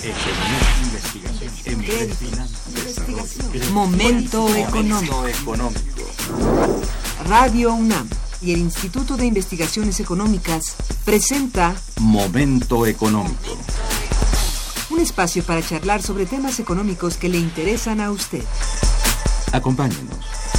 Momento económico. Radio UNAM y el Instituto de Investigaciones Económicas presenta Momento económico. Un espacio para charlar sobre temas económicos que le interesan a usted. Acompáñenos.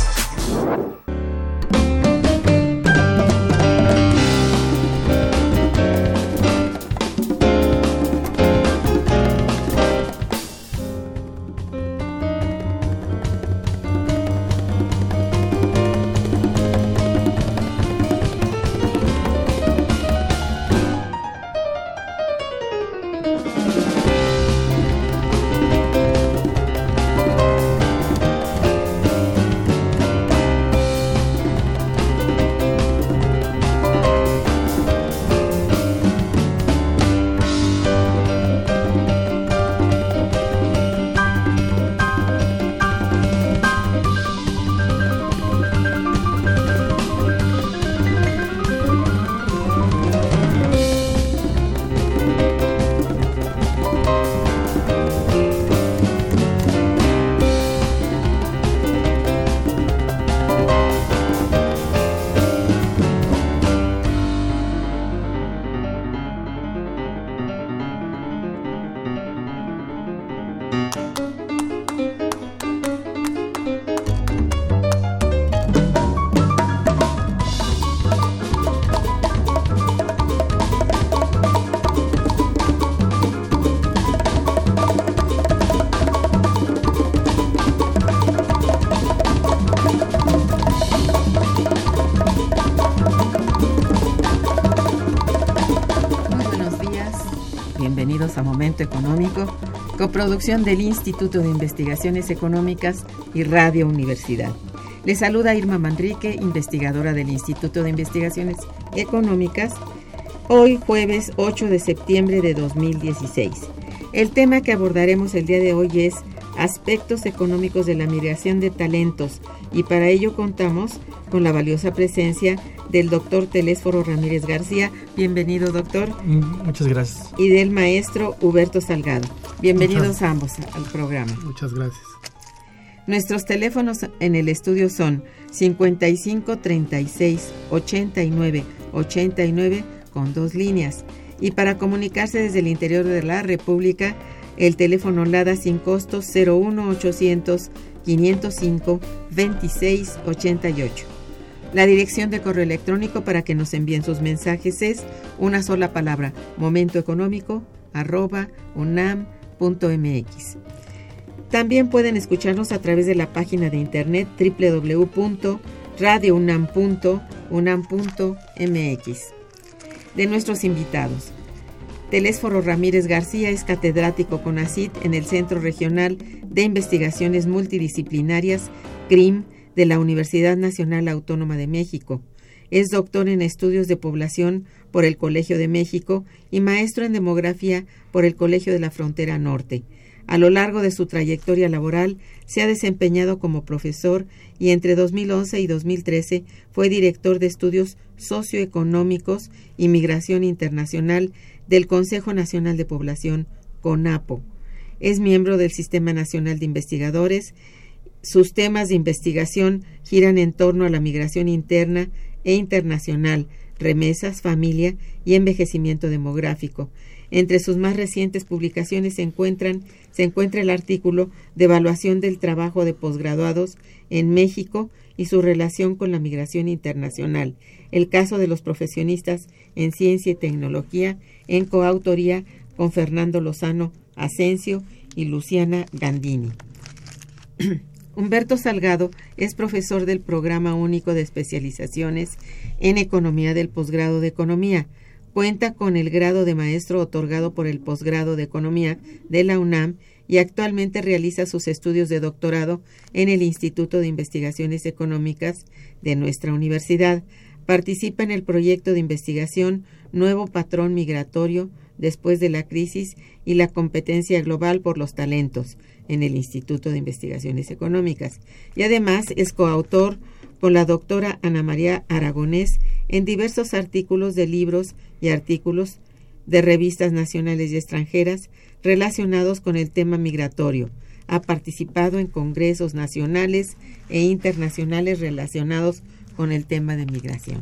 Económico, coproducción del Instituto de Investigaciones Económicas y Radio Universidad. Les saluda Irma Manrique, investigadora del Instituto de Investigaciones Económicas, hoy jueves 8 de septiembre de 2016. El tema que abordaremos el día de hoy es aspectos económicos de la migración de talentos, y para ello contamos con la valiosa presencia del doctor Telésforo Ramírez García. Bienvenido, doctor. Muchas gracias. Y del maestro Huberto Salgado. Bienvenidos ambos al programa. Muchas gracias. Nuestros teléfonos en el estudio son 55 36 89 89 con 2 líneas. Y para comunicarse desde el interior de la República, el teléfono LADA sin costo 01 800 505 26 88. La dirección de correo electrónico para que nos envíen sus mensajes es una sola palabra: momentoeconómico@unam.mx. También pueden escucharnos a través de la página de internet www.radiounam.unam.mx. De nuestros invitados: Telésforo Ramírez García es catedrático CONACYT en el Centro Regional de Investigaciones Multidisciplinarias, CRIM, de la Universidad Nacional Autónoma de México. Es doctor en Estudios de Población por el Colegio de México y maestro en Demografía por el Colegio de la Frontera Norte. A lo largo de su trayectoria laboral se ha desempeñado como profesor y entre 2011 y 2013 fue director de Estudios Socioeconómicos y Migración Internacional del Consejo Nacional de Población, CONAPO. Es miembro del Sistema Nacional de Investigadores. Sus temas de investigación giran en torno a la migración interna e internacional, remesas, familia y envejecimiento demográfico. Entre sus más recientes publicaciones se encuentra el artículo de evaluación del trabajo de posgraduados en México y su relación con la migración internacional, el caso de los profesionistas en ciencia y tecnología, en coautoría con Fernando Lozano Asensio y Luciana Gandini. Humberto Salgado es profesor del Programa Único de Especializaciones en Economía del Posgrado de Economía. Cuenta con el grado de maestro otorgado por el Posgrado de Economía de la UNAM y actualmente realiza sus estudios de doctorado en el Instituto de Investigaciones Económicas de nuestra universidad. Participa en el proyecto de investigación Nuevo Patrón Migratorio después de la crisis y la competencia global por los talentos en el Instituto de Investigaciones Económicas. Y además es coautor con la doctora Ana María Aragonés en diversos artículos de libros y artículos de revistas nacionales y extranjeras relacionados con el tema migratorio. Ha participado en congresos nacionales e internacionales relacionados con el tema de migración.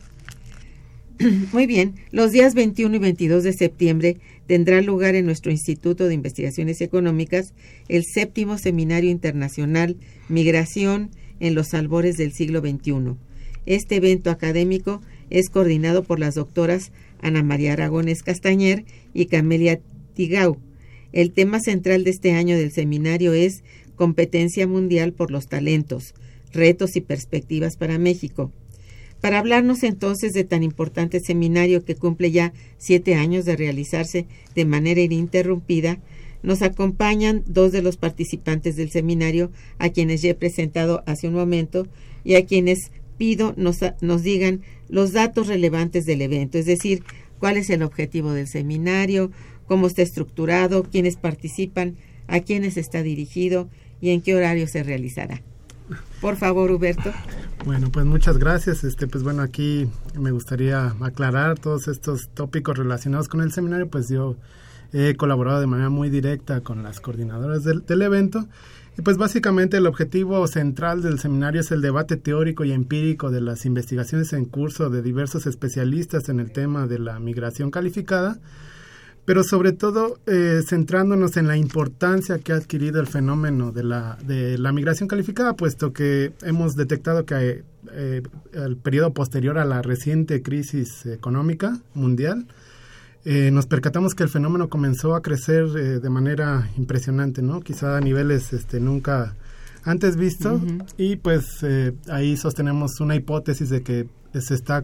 Muy bien, los días 21 y 22 de septiembre tendrá lugar en nuestro Instituto de Investigaciones Económicas el 7º Seminario Internacional Migración en los albores del siglo XXI. Este evento académico es coordinado por las doctoras Ana María Aragones Castañer y Camelia Tigau. El tema central de este año del seminario es Competencia Mundial por los Talentos, Retos y Perspectivas para México. Para hablarnos entonces de tan importante seminario que cumple ya 7 años de realizarse de manera ininterrumpida, nos acompañan 2 de los participantes del seminario, a quienes ya he presentado hace un momento y a quienes pido nos digan los datos relevantes del evento, es decir, cuál es el objetivo del seminario, cómo está estructurado, quiénes participan, a quiénes está dirigido y en qué horario se realizará. Por favor, Huberto. Bueno, pues muchas gracias. Pues bueno, aquí me gustaría aclarar todos estos tópicos relacionados con el seminario. Pues yo he colaborado de manera muy directa con las coordinadoras del evento. Y pues básicamente el objetivo central del seminario es el debate teórico y empírico de las investigaciones en curso de diversos especialistas en el tema de la migración calificada, pero sobre todo centrándonos en la importancia que ha adquirido el fenómeno de la migración calificada, puesto que hemos detectado que el periodo posterior a la reciente crisis económica mundial, nos percatamos que el fenómeno comenzó a crecer de manera impresionante, ¿no? Quizá a niveles nunca antes vistos, y pues ahí sostenemos una hipótesis de que se está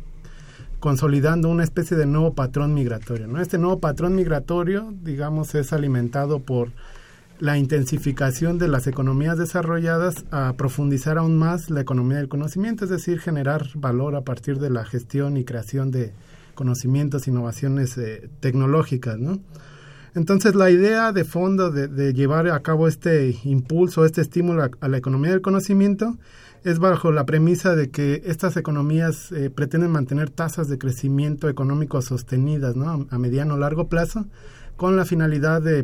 consolidando una especie de nuevo patrón migratorio, ¿no? Este nuevo patrón migratorio, digamos, es alimentado por la intensificación de las economías desarrolladas a profundizar aún más la economía del conocimiento, es decir, generar valor a partir de la gestión y creación de conocimientos, innovaciones tecnológicas, ¿no? Entonces, la idea de fondo de llevar a cabo este impulso, este estímulo a la economía del conocimiento es bajo la premisa de que estas economías pretenden mantener tasas de crecimiento económico sostenidas, ¿no? A mediano o largo plazo, con la finalidad de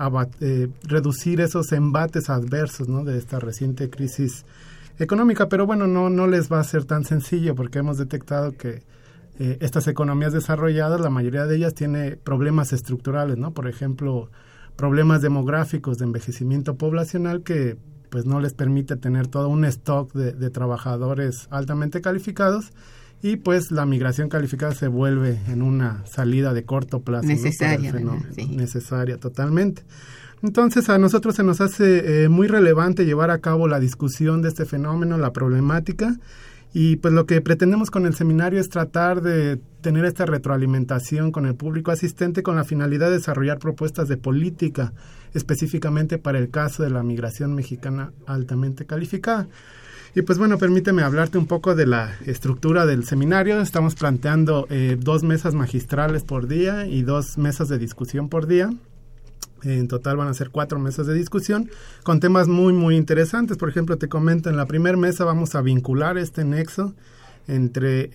reducir esos embates adversos, ¿no? De esta reciente crisis económica. Pero bueno, no les va a ser tan sencillo, porque hemos detectado que estas economías desarrolladas, la mayoría de ellas tiene problemas estructurales, ¿no? Por ejemplo, problemas demográficos de envejecimiento poblacional que pues no les permite tener todo un stock de trabajadores altamente calificados, y pues la migración calificada se vuelve en una salida de corto plazo, necesaria, ¿no? Sí. Necesaria totalmente. Entonces a nosotros se nos hace muy relevante llevar a cabo la discusión de este fenómeno, la problemática, y pues lo que pretendemos con el seminario es tratar de tener esta retroalimentación con el público asistente con la finalidad de desarrollar propuestas de política específicamente para el caso de la migración mexicana altamente calificada. Y pues bueno, permíteme hablarte un poco de la estructura del seminario. Estamos planteando 2 mesas magistrales por día y 2 mesas de discusión por día. En total van a ser 4 mesas de discusión con temas muy, muy interesantes. Por ejemplo, te comento, en la primera mesa vamos a vincular este nexo entre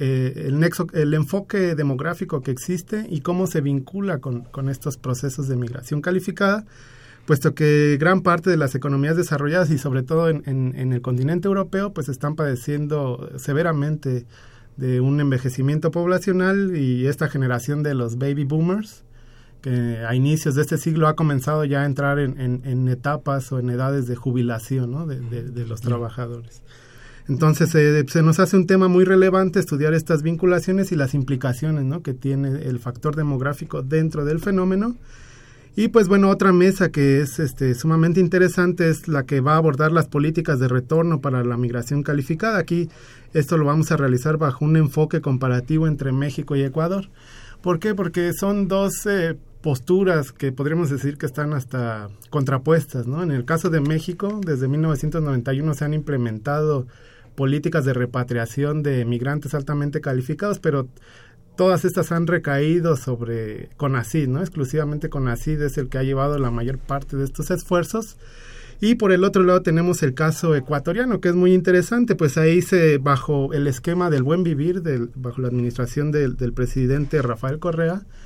el enfoque demográfico que existe y cómo se vincula con estos procesos de migración calificada, puesto que gran parte de las economías desarrolladas y sobre todo en el continente europeo pues están padeciendo severamente de un envejecimiento poblacional, y esta generación de los baby boomers, que a inicios de este siglo ha comenzado ya a entrar en etapas o en edades de jubilación, ¿no? de los trabajadores. Entonces se nos hace un tema muy relevante estudiar estas vinculaciones y las implicaciones, ¿no? que tiene el factor demográfico dentro del fenómeno. Y pues bueno, otra mesa que es sumamente interesante es la que va a abordar las políticas de retorno para la migración calificada. Aquí esto lo vamos a realizar bajo un enfoque comparativo entre México y Ecuador. ¿Por qué? Porque son 2 posturas que podríamos decir que están hasta contrapuestas, ¿no? En el caso de México, desde 1991 se han implementado políticas de repatriación de migrantes altamente calificados, pero todas estas han recaído sobre CONACYT, ¿no? Exclusivamente CONACYT es el que ha llevado la mayor parte de estos esfuerzos. Y por el otro lado tenemos el caso ecuatoriano, que es muy interesante, pues ahí bajo el esquema del buen vivir, bajo la administración del presidente Rafael Correa,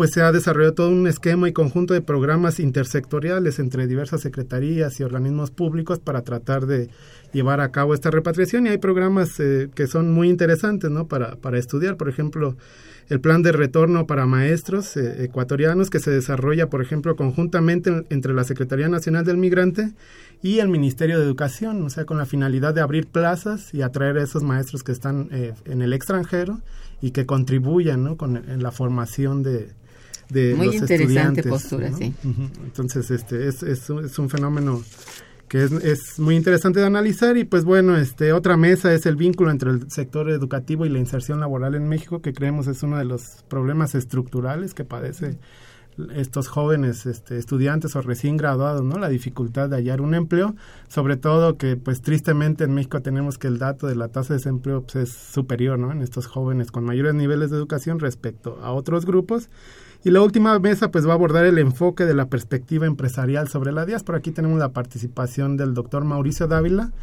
pues se ha desarrollado todo un esquema y conjunto de programas intersectoriales entre diversas secretarías y organismos públicos para tratar de llevar a cabo esta repatriación, y hay programas que son muy interesantes, ¿no? para estudiar. Por ejemplo, el plan de retorno para maestros ecuatorianos, que se desarrolla, por ejemplo, conjuntamente entre la Secretaría Nacional del Migrante y el Ministerio de Educación, o sea, con la finalidad de abrir plazas y atraer a esos maestros que están en el extranjero y que contribuyan, ¿no? en la formación de muy los interesante estudiantes, postura, ¿no? Sí. Entonces, es un fenómeno que es muy interesante de analizar. Y pues bueno, otra mesa es el vínculo entre el sector educativo y la inserción laboral en México, que creemos es uno de los problemas estructurales que padece estos jóvenes estudiantes o recién graduados, ¿no? La dificultad de hallar un empleo, sobre todo que pues tristemente en México tenemos que el dato de la tasa de desempleo pues, es superior, ¿no? En estos jóvenes con mayores niveles de educación respecto a otros grupos. Y la última mesa pues va a abordar el enfoque de la perspectiva empresarial sobre la diáspora. Aquí tenemos la participación del doctor Mauricio Dávila,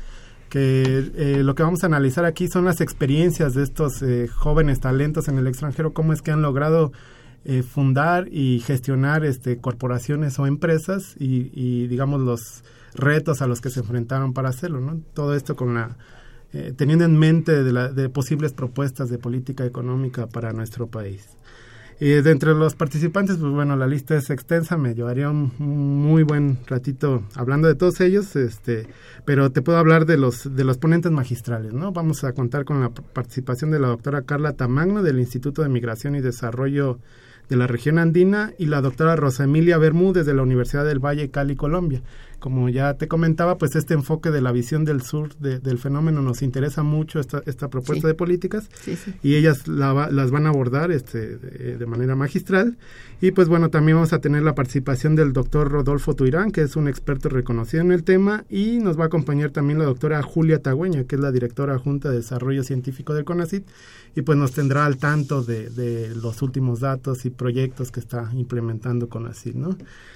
que lo que vamos a analizar aquí son las experiencias de estos jóvenes talentos en el extranjero, cómo es que han logrado fundar y gestionar corporaciones o empresas y digamos los retos a los que se enfrentaron para hacerlo, ¿no? Todo esto con teniendo en mente de posibles propuestas de política económica para nuestro país. De entre los participantes, pues bueno, la lista es extensa, me llevaría un muy buen ratito hablando de todos ellos, pero te puedo hablar de los ponentes magistrales, ¿no? Vamos a contar con la participación de la doctora Carla Tamagno del Instituto de Migración y Desarrollo de la Región Andina y la doctora Rosa Emilia Bermúdez de la Universidad del Valle, Cali, Colombia. Como ya te comentaba, pues este enfoque de la visión del sur del fenómeno nos interesa mucho, esta propuesta de políticas, y ellas las van a abordar de manera magistral. Y pues bueno, también vamos a tener la participación del doctor Rodolfo Tuirán, que es un experto reconocido en el tema, y nos va a acompañar también la doctora Julia Tagüeña, que es la directora adjunta de Desarrollo Científico del CONACYT, y pues nos tendrá al tanto de los últimos datos y proyectos que está implementando CONACYT, ¿no?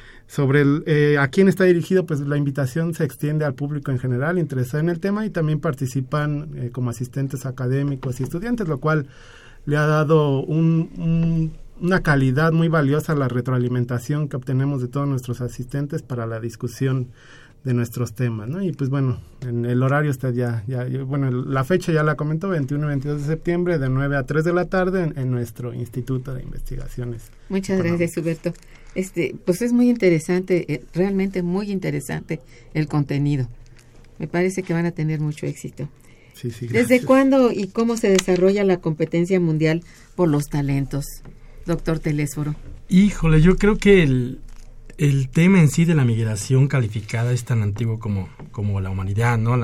Sobre a quién está dirigido, pues la invitación se extiende al público en general interesado en el tema, y también participan como asistentes académicos y estudiantes, lo cual le ha dado una calidad muy valiosa a la retroalimentación que obtenemos de todos nuestros asistentes para la discusión de nuestros temas, ¿no? Y pues bueno, en el horario está bueno, la fecha ya la comentó, 21 y 22 de septiembre, de 9 a 3 de la tarde en nuestro Instituto de Investigaciones. Muchas gracias, Huberto. Pues es muy interesante, realmente muy interesante el contenido. Me parece que van a tener mucho éxito. Sí, ¿Desde cuándo y cómo se desarrolla la competencia mundial por los talentos, doctor Telésforo? Híjole, yo creo que el tema en sí de la migración calificada es tan antiguo como la humanidad, ¿no?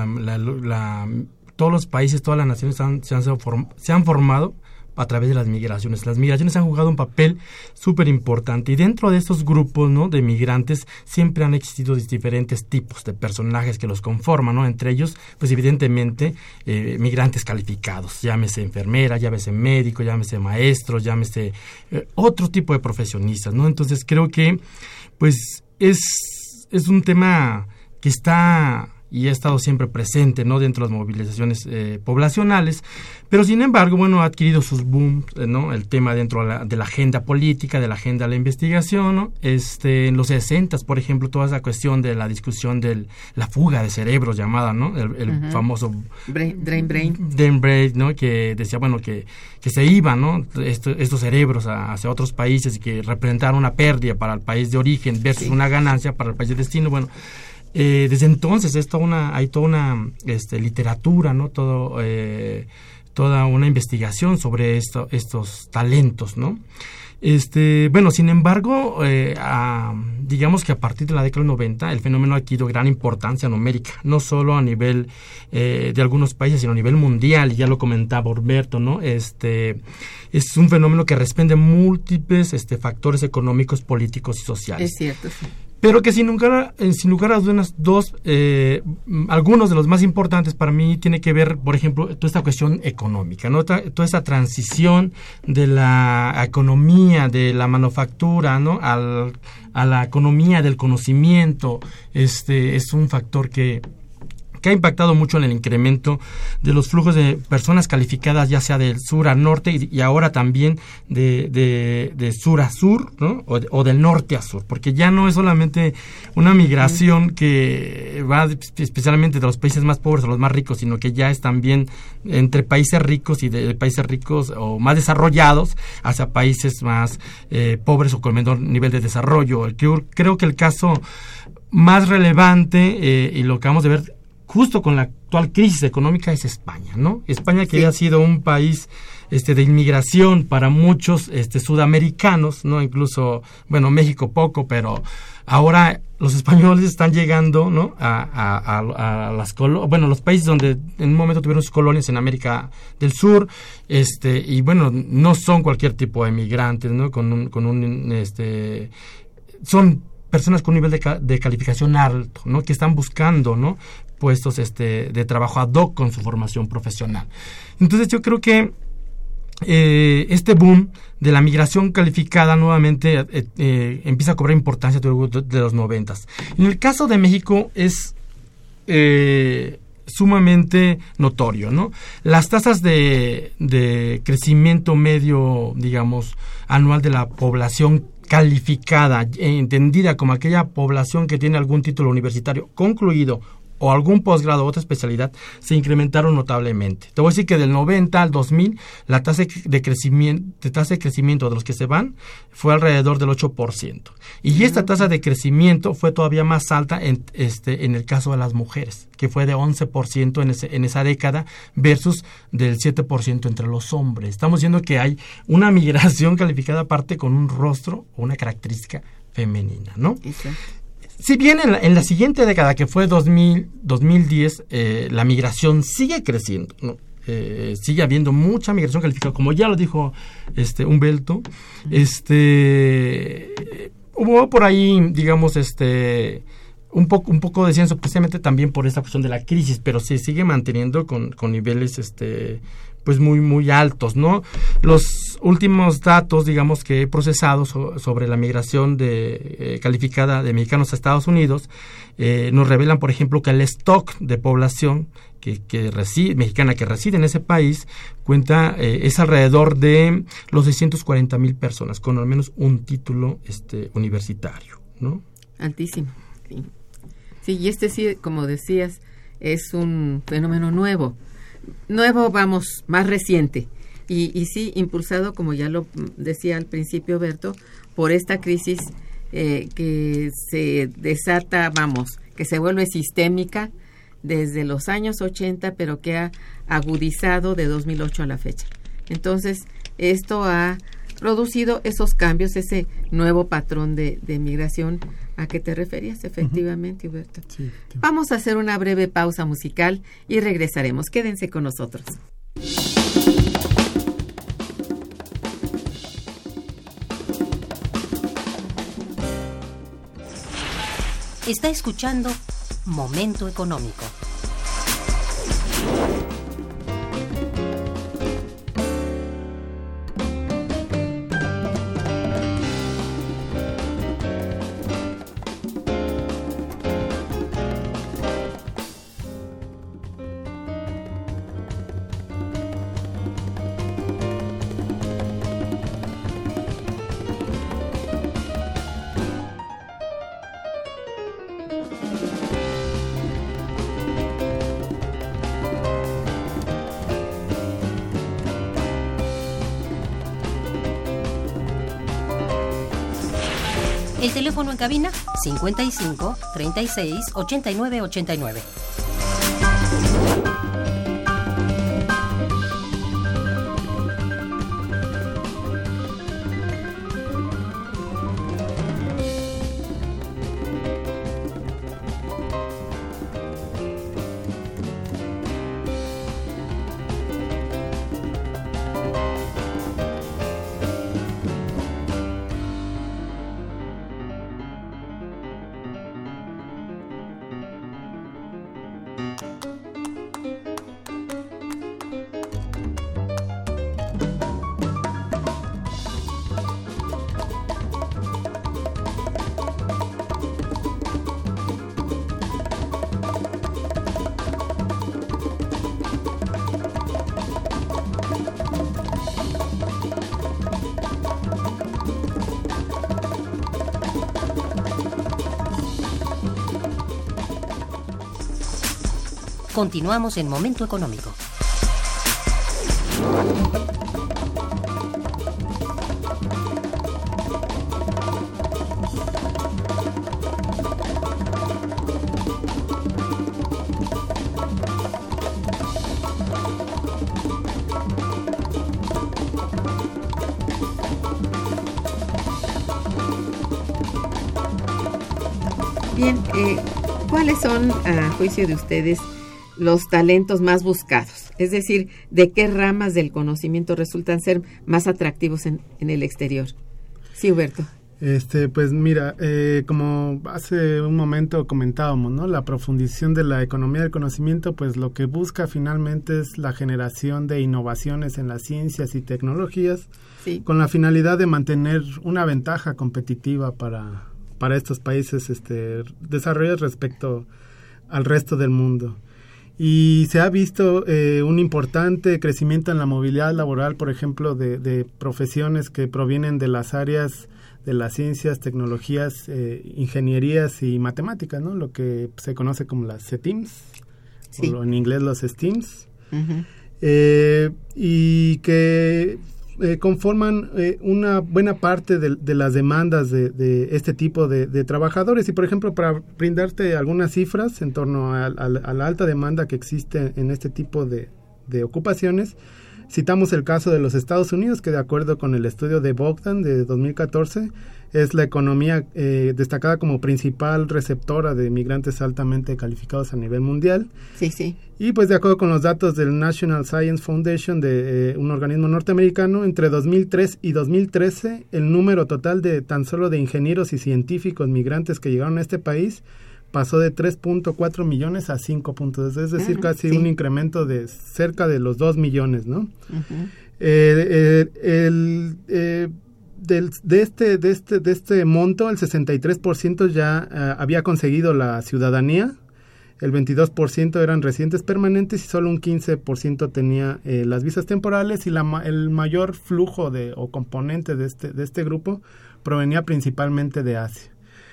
Todos los países, todas las naciones se han formado a través de las migraciones. Las migraciones han jugado un papel súper importante, y dentro de estos grupos, ¿no?, de migrantes siempre han existido diferentes tipos de personajes que los conforman, ¿no? Entre ellos, pues evidentemente, migrantes calificados, llámese enfermera, llámese médico, llámese maestro, llámese otro tipo de profesionistas, ¿no? Entonces creo que pues es un tema que está y ha estado siempre presente, ¿no?, dentro de las movilizaciones poblacionales, pero sin embargo, bueno, ha adquirido sus booms, ¿no?, el tema dentro de la agenda política, de la agenda de la investigación, ¿no? En los 60s, por ejemplo, toda esa cuestión de la discusión de la fuga de cerebros llamada, ¿no?, el famoso Brain Brain, ¿no?, que decía, bueno, que se iban, ¿no?, estos cerebros hacia otros países y que representaron una pérdida para el país de origen versus una ganancia para el país de destino. Bueno, desde entonces hay toda una literatura, ¿no?, toda una investigación sobre estos talentos, ¿no? Bueno, sin embargo, digamos que a partir de la década del 90 el fenómeno ha adquirido gran importancia numérica, no solo a nivel de algunos países, sino a nivel mundial, y ya lo comentaba Humberto, ¿no? Es un fenómeno que responde múltiples factores económicos, políticos y sociales. Es cierto, sí. Pero que sin lugar a dudas, algunos de los más importantes para mí tiene que ver, por ejemplo, toda esta cuestión económica, ¿no? Toda esta transición de la economía, de la manufactura, ¿no?, a la economía del conocimiento, es un factor que que ha impactado mucho en el incremento de los flujos de personas calificadas, ya sea del sur a norte y ahora también de sur a sur, ¿no? O del norte a sur, porque ya no es solamente una migración que va especialmente de los países más pobres a los más ricos, sino que ya es también entre países ricos y de países ricos o más desarrollados hacia países más pobres o con menor nivel de desarrollo. Creo que el caso más relevante y lo que vamos a ver justo con la actual crisis económica es España, ¿no? España, que ha sido un país de inmigración para muchos sudamericanos, ¿no? Incluso, bueno, México poco, pero ahora los españoles están llegando, ¿no? a las los países donde en un momento tuvieron sus colonias en América del Sur, y bueno, no son cualquier tipo de migrantes, ¿no? Son personas con un nivel de calificación alto, ¿no? Que están buscando, ¿no? Puestos de trabajo ad hoc con su formación profesional. Entonces yo creo que este boom de la migración calificada nuevamente empieza a cobrar importancia de los 90s. En el caso de México es sumamente notorio, ¿no? Las tasas de crecimiento medio, digamos, anual de la población calificada, entendida como aquella población que tiene algún título universitario concluido o algún posgrado o otra especialidad, se incrementaron notablemente. Te voy a decir que del 90 al 2000, la tasa de crecimiento de los que se van fue alrededor del 8%. Y esta tasa de crecimiento fue todavía más alta en el caso de las mujeres, que fue de 11% en esa década versus del 7% entre los hombres. Estamos viendo que hay una migración calificada aparte con un rostro o una característica femenina, ¿no? Exacto. Si bien en la siguiente década, que fue 2010, la migración sigue creciendo, ¿no? Sigue habiendo mucha migración calificada, como ya lo dijo Humberto. Hubo por ahí, digamos, un poco de descenso, precisamente también por esta cuestión de la crisis, pero se sigue manteniendo con niveles pues muy muy altos, ¿no? Los últimos datos, digamos, que he procesado sobre la migración calificada de mexicanos a Estados Unidos nos revelan, por ejemplo, que el stock de población mexicana que reside en ese país es alrededor de los 640,000 personas con al menos un título universitario, ¿no? Altísimo. Sí, y sí, como decías, es un fenómeno nuevo, más reciente, y sí, impulsado, como ya lo decía al principio Berto, por esta crisis que se desata, que se vuelve sistémica desde los años 80, pero que ha agudizado de 2008 a la fecha. Entonces, esto ha producido esos cambios, ese nuevo patrón de migración a que te referías, efectivamente, Huberto. Sí. Vamos a hacer una breve pausa musical y regresaremos. Quédense con nosotros. Está escuchando Momento Económico. El teléfono en cabina 55 36 89 89. Continuamos en Momento Económico. Bien, ¿cuáles son, a juicio de ustedes, los talentos más buscados? Es decir, ¿de qué ramas del conocimiento resultan ser más atractivos en el exterior? Sí, Huberto. Pues mira, como hace un momento comentábamos, ¿no? La profundización de la economía del conocimiento, pues lo que busca finalmente es la generación de innovaciones en las ciencias y tecnologías, sí, con la finalidad de mantener una ventaja competitiva para estos países desarrollados respecto al resto del mundo. Y se ha visto un importante crecimiento en la movilidad laboral, por ejemplo, de profesiones que provienen de las áreas de las ciencias, tecnologías, ingenierías y matemáticas, ¿no? Lo que se conoce como las STEAMs, sí, o en inglés los STEAMs, y que conforman una buena parte de las demandas de este tipo de trabajadores. Y, por ejemplo, para brindarte algunas cifras en torno a la alta demanda que existe en este tipo de ocupaciones, citamos el caso de los Estados Unidos, que de acuerdo con el estudio de Bogdan de 2014, es la economía destacada como principal receptora de migrantes altamente calificados a nivel mundial. Sí, sí. Y pues de acuerdo con los datos del National Science Foundation, de un organismo norteamericano, entre 2003 y 2013, el número total de tan solo de ingenieros y científicos migrantes que llegaron a este país pasó de 3.4 millones a 5 puntos, es decir, casi un incremento de cerca de los 2 millones, ¿no? De este monto, el 63% ya había conseguido la ciudadanía, el 22% eran residentes permanentes y solo un 15% tenía las visas temporales, y el mayor flujo o componente de este grupo provenía principalmente de Asia.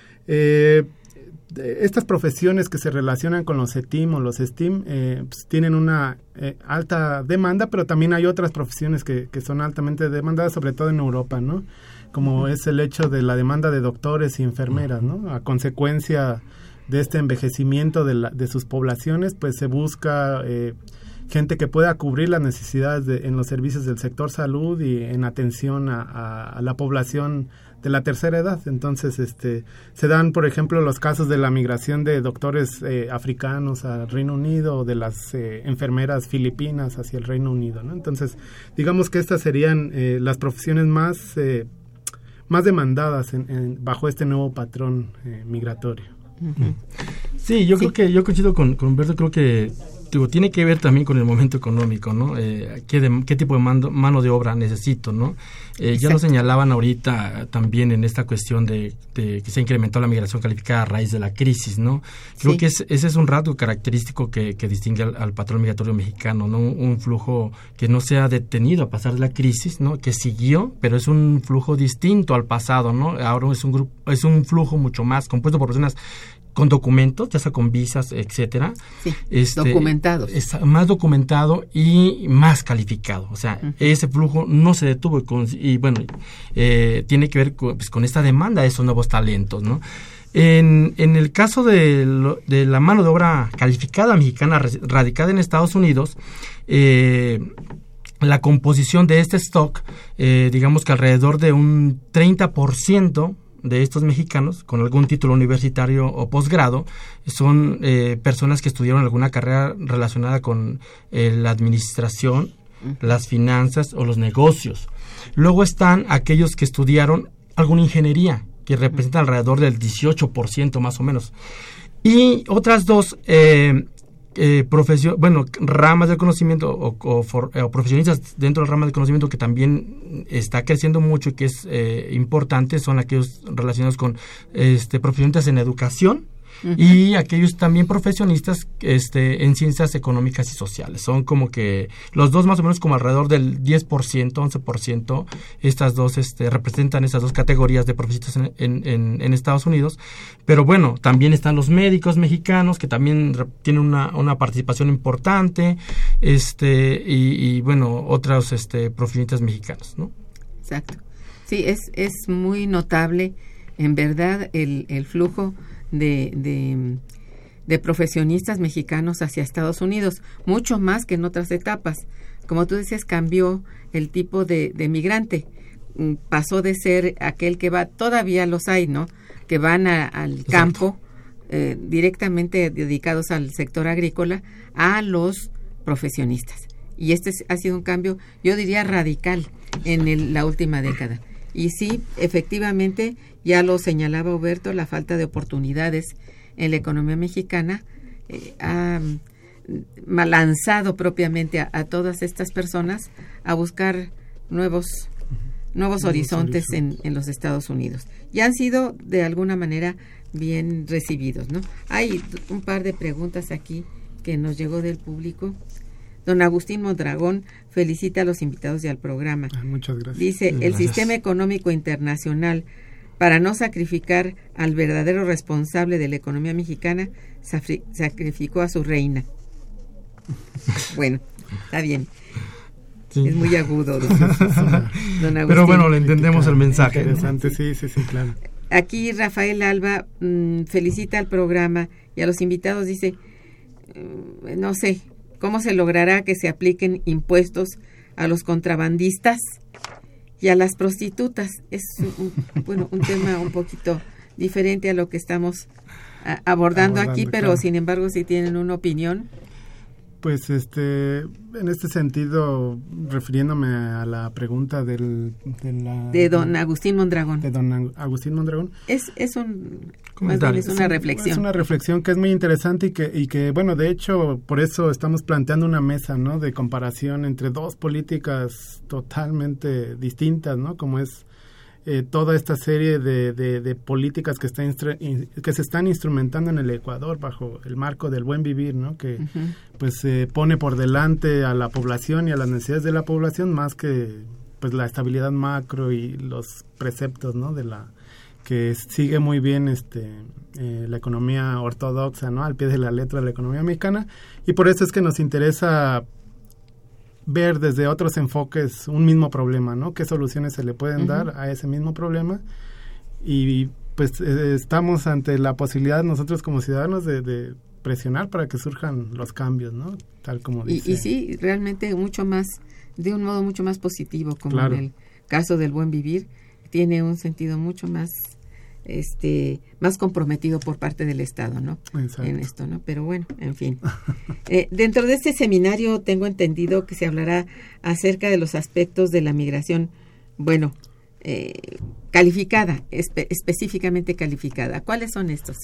Estas profesiones que se relacionan con los STEAM o los STEAM pues tienen una alta demanda, pero también hay otras profesiones que son altamente demandadas, sobre todo en Europa, ¿no? Como es el hecho de la demanda de doctores y enfermeras, ¿no? A consecuencia de este envejecimiento de sus poblaciones, pues se busca gente que pueda cubrir las necesidades en los servicios del sector salud y en atención a la población de la tercera edad. Entonces, se dan, por ejemplo, los casos de la migración de doctores africanos al Reino Unido, o de las enfermeras filipinas hacia el Reino Unido, ¿no? Entonces, digamos que estas serían las profesiones más demandadas bajo este nuevo patrón migratorio. Sí, yo creo que yo coincido con Humberto. Creo que tiene que ver también con el momento económico, ¿no? ¿Qué tipo de mano de obra necesito, ¿no? Ya lo señalaban ahorita también en esta cuestión de que se ha incrementado la migración calificada a raíz de la crisis, ¿no? Creo que ese es un rasgo característico que distingue al patrón migratorio mexicano, ¿no? Un flujo que no se ha detenido a pasar de la crisis, ¿no? Que siguió, pero es un flujo distinto al pasado, ¿no? Ahora es un flujo mucho más compuesto por personas con documentos, ya sea con visas, etcétera. Sí, documentados. Es más documentado y más calificado. O sea, ese flujo no se detuvo y bueno, tiene que ver con esta demanda de esos nuevos talentos, ¿no? En el caso de la mano de obra calificada mexicana radicada en Estados Unidos, la composición de este stock, digamos que alrededor de un 30% de estos mexicanos con algún título universitario o posgrado son personas que estudiaron alguna carrera relacionada con la administración, las finanzas o los negocios. Luego están aquellos que estudiaron alguna ingeniería, que representan alrededor del 18% más o menos. Y otras dos ramas del conocimiento o profesionistas dentro de la rama del conocimiento que también está creciendo mucho y que es importante, son aquellos relacionados con profesionistas en educación y aquellos también profesionistas en ciencias económicas y sociales. Son como que los dos más o menos como alrededor del 10%, 11%, estas dos representan esas dos categorías de profesionistas en Estados Unidos. Pero bueno, también están los médicos mexicanos que también tienen una participación importante, y bueno, otros profesionistas mexicanos, ¿no? Exacto. Sí, es muy notable, en verdad, el flujo de profesionistas mexicanos hacia Estados Unidos, mucho más que en otras etapas. Como tú dices, cambió el tipo de migrante. Pasó de ser aquel que va, todavía los hay, ¿no?, que van al campo, directamente dedicados al sector agrícola, a los profesionistas. Y ha sido un cambio, yo diría, radical en la última década. Y sí, efectivamente, ya lo señalaba Huberto, la falta de oportunidades en la economía mexicana ha lanzado propiamente a todas estas personas a buscar nuevos horizontes en los Estados Unidos. Y han sido, de alguna manera, bien recibidos, ¿no? Hay un par de preguntas aquí que nos llegó del público. Don Agustín Mondragón felicita a los invitados y al programa. Muchas gracias. Dice, el sistema económico internacional, para no sacrificar al verdadero responsable de la economía mexicana, sacrificó a su reina. Bueno, está bien. Sí. Es muy agudo, don Agustín. Pero bueno, le entendemos el mensaje. Interesante, sí, claro. Aquí Rafael Alba felicita al programa y a los invitados, dice, no sé, ¿cómo se logrará que se apliquen impuestos a los contrabandistas y a las prostitutas? Es un tema un poquito diferente a lo que estamos abordando aquí, pero claro, sin embargo, si tienen una opinión. Pues en este sentido, refiriéndome a la pregunta de don Agustín Mondragón. De don Agustín Mondragón. Es una reflexión. Es una reflexión que es muy interesante y que bueno, de hecho, por eso estamos planteando una mesa, ¿no?, de comparación entre dos políticas totalmente distintas, ¿no?, como es toda esta serie de políticas que se están instrumentando en el Ecuador bajo el marco del buen vivir, ¿no?, que pues pone por delante a la población y a las necesidades de la población más que pues la estabilidad macro y los preceptos, ¿no?, de la que sigue muy bien la economía ortodoxa, ¿no?, al pie de la letra de la economía mexicana, y por eso es que nos interesa ver desde otros enfoques un mismo problema, ¿no? ¿Qué soluciones se le pueden dar a ese mismo problema? Y pues estamos ante la posibilidad nosotros como ciudadanos de presionar para que surjan los cambios, ¿no? Tal como dice. Y sí, realmente de un modo mucho más positivo, como claro, en el caso del buen vivir, tiene un sentido mucho más más comprometido por parte del Estado, ¿no? Exacto. En esto, ¿no? Pero bueno, en fin. Dentro de este seminario tengo entendido que se hablará acerca de los aspectos de la migración, bueno, calificada, específicamente calificada. ¿Cuáles son estos?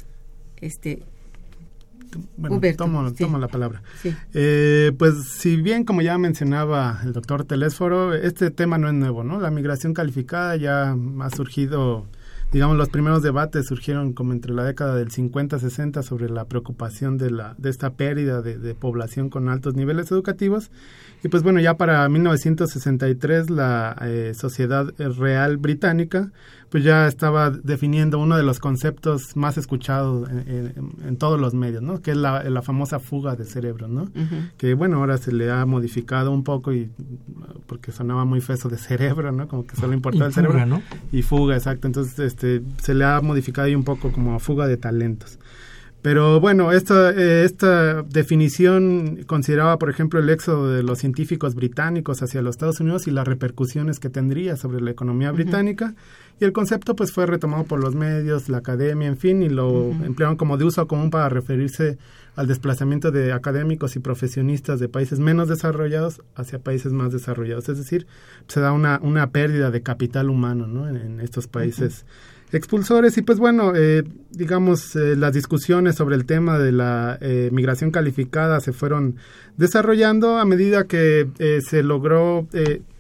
Bueno, Huberto, tomo la palabra. Sí. Pues si bien, como ya mencionaba el doctor Telésforo, este tema no es nuevo, ¿no? La migración calificada ya ha surgido, digamos, los primeros debates surgieron como entre la década del 50-60 sobre la preocupación de esta pérdida de población con altos niveles educativos. Y pues bueno, ya para 1963 la Sociedad Real Británica pues ya estaba definiendo uno de los conceptos más escuchados en todos los medios, ¿no? Que es la famosa fuga de cerebros, ¿no? Que bueno, ahora se le ha modificado un poco porque sonaba muy feo de cerebro, ¿no? Como que solo importaba el cerebro. ¿No? Y fuga, exacto. Entonces se le ha modificado ahí un poco como fuga de talentos. Pero bueno, esta definición consideraba, por ejemplo, el éxodo de los científicos británicos hacia los Estados Unidos y las repercusiones que tendría sobre la economía británica. Y el concepto pues fue retomado por los medios, la academia, en fin, y lo emplearon como de uso común para referirse al desplazamiento de académicos y profesionistas de países menos desarrollados hacia países más desarrollados. Es decir, se da una pérdida de capital humano, ¿no?, en estos países expulsores. Y pues bueno, digamos, las discusiones sobre el tema de la migración calificada se fueron desarrollando a medida que se logró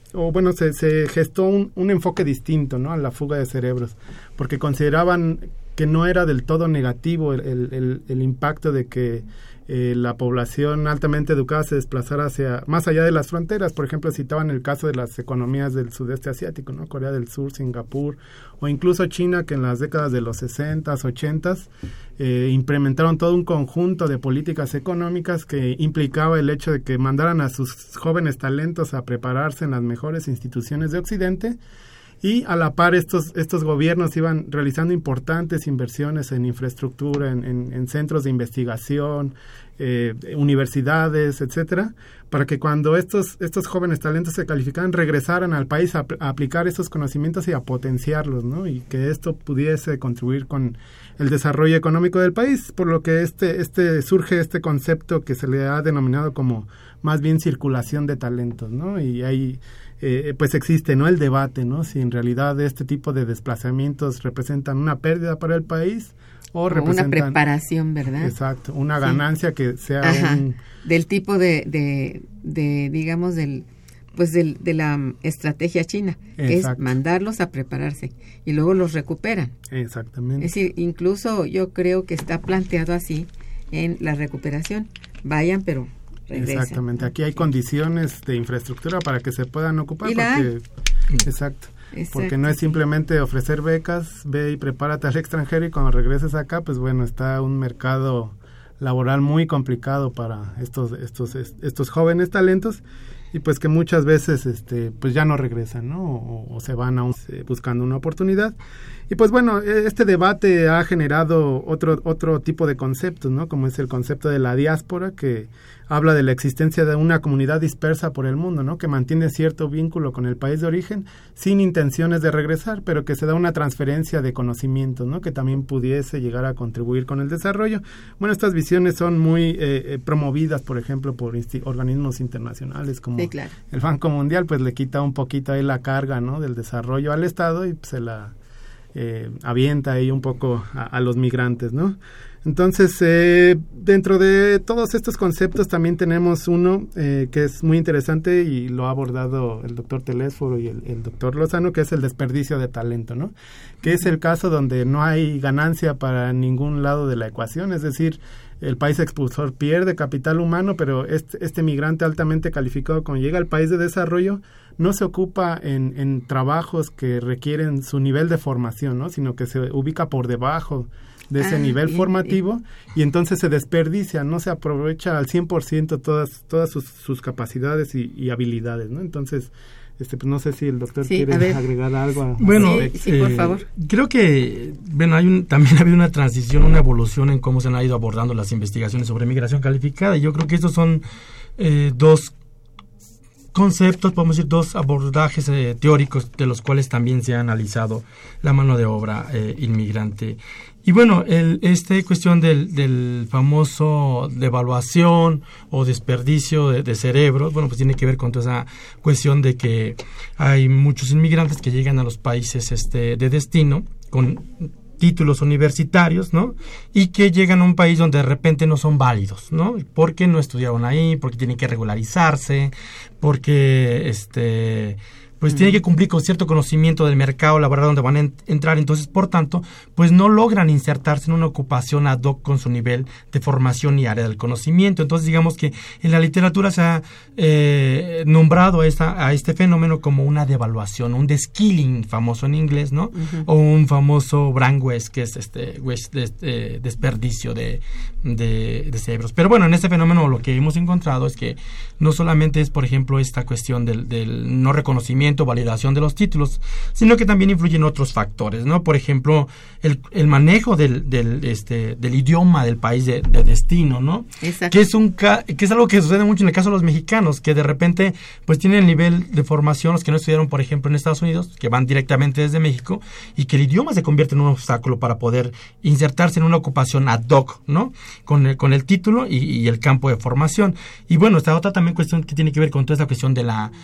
se gestó un enfoque distinto, ¿no?, a la fuga de cerebros, porque consideraban que no era del todo negativo el impacto de que la población altamente educada se desplazara hacia más allá de las fronteras. Por ejemplo, citaban el caso de las economías del sudeste asiático, ¿no? Corea del Sur, Singapur, o incluso China, que en las décadas de los 60s, 80s implementaron todo un conjunto de políticas económicas que implicaba el hecho de que mandaran a sus jóvenes talentos a prepararse en las mejores instituciones de Occidente, y a la par estos gobiernos iban realizando importantes inversiones en infraestructura, en centros de investigación, universidades, etcétera, para que cuando estos jóvenes talentos se calificaran, regresaran al país a aplicar esos conocimientos y a potenciarlos, ¿no? Y que esto pudiese contribuir con el desarrollo económico del país, por lo que surge este concepto que se le ha denominado como más bien circulación de talentos, ¿no? Y ahí pues existe, ¿no?, el debate, ¿no?, si en realidad este tipo de desplazamientos representan una pérdida para el país o representan una preparación, ¿verdad? Exacto, una ganancia que sea del tipo de digamos de la estrategia china, que es mandarlos a prepararse y luego los recuperan. Exactamente. Es decir, incluso yo creo que está planteado así en la recuperación. Vayan, pero regresen. Exactamente. Aquí hay condiciones de infraestructura para que se puedan ocupar. Exacto. Porque no es simplemente ofrecer becas, ve y prepárate al extranjero, y cuando regreses acá, pues bueno, está un mercado laboral muy complicado para estos jóvenes talentos, y pues que muchas veces pues ya no regresan, ¿no? O se van aún buscando una oportunidad. Y pues bueno, este debate ha generado otro tipo de conceptos, ¿no? Como es el concepto de la diáspora, que habla de la existencia de una comunidad dispersa por el mundo, ¿no? Que mantiene cierto vínculo con el país de origen sin intenciones de regresar, pero que se da una transferencia de conocimientos, ¿no? Que también pudiese llegar a contribuir con el desarrollo. Bueno, estas visiones son muy promovidas, por ejemplo, por organismos internacionales como el Banco Mundial, pues le quita un poquito ahí la carga, ¿no?, del desarrollo al Estado, y se la avienta ahí un poco a los migrantes, ¿no? Entonces, dentro de todos estos conceptos también tenemos uno que es muy interesante, y lo ha abordado el doctor Telésforo y el doctor Lozano, que es el desperdicio de talento, ¿no? Que es el caso donde no hay ganancia para ningún lado de la ecuación, es decir, el país expulsor pierde capital humano, pero este migrante altamente calificado, cuando llega al país de desarrollo, no se ocupa en trabajos que requieren su nivel de formación, ¿no?, sino que se ubica por debajo de ese nivel formativo, y entonces se desperdicia, no se aprovecha al 100% todas sus capacidades y habilidades, ¿no? Entonces, pues no sé si el doctor quiere agregar algo. Bueno, sí, por favor. Creo que también ha habido una transición, una evolución en cómo se han ido abordando las investigaciones sobre migración calificada, y yo creo que estos son dos conceptos, podemos decir, dos abordajes teóricos de los cuales también se ha analizado la mano de obra inmigrante. Y bueno, esta cuestión del famoso devaluación o desperdicio de cerebros, bueno, pues tiene que ver con toda esa cuestión de que hay muchos inmigrantes que llegan a los países de destino con títulos universitarios, ¿no? Y que llegan a un país donde de repente no son válidos, ¿no? Porque no estudiaron ahí, porque tienen que regularizarse, porque pues tienen que cumplir con cierto conocimiento del mercado laboral donde van a entrar. Entonces, por tanto, pues no logran insertarse en una ocupación ad hoc con su nivel de formación y área del conocimiento. Entonces, digamos que en la literatura se ha nombrado a este fenómeno como una devaluación, un deskilling famoso en inglés, ¿no? Uh-huh. O un famoso brain waste, que es desperdicio de cerebros. Pero bueno, en este fenómeno lo que hemos encontrado es que no solamente es, por ejemplo, esta cuestión del no reconocimiento, validación de los títulos, sino que también influyen otros factores, ¿no? Por ejemplo, el manejo del idioma del país de destino, ¿no? Exacto. Que es algo que sucede mucho en el caso de los mexicanos, que de repente pues tienen el nivel de formación, los que no estudiaron, por ejemplo, en Estados Unidos, que van directamente desde México, y que el idioma se convierte en un obstáculo para poder insertarse en una ocupación ad hoc, ¿no? Con el título y el campo de formación. Y bueno, esta otra también cuestión que tiene que ver con toda esta cuestión de la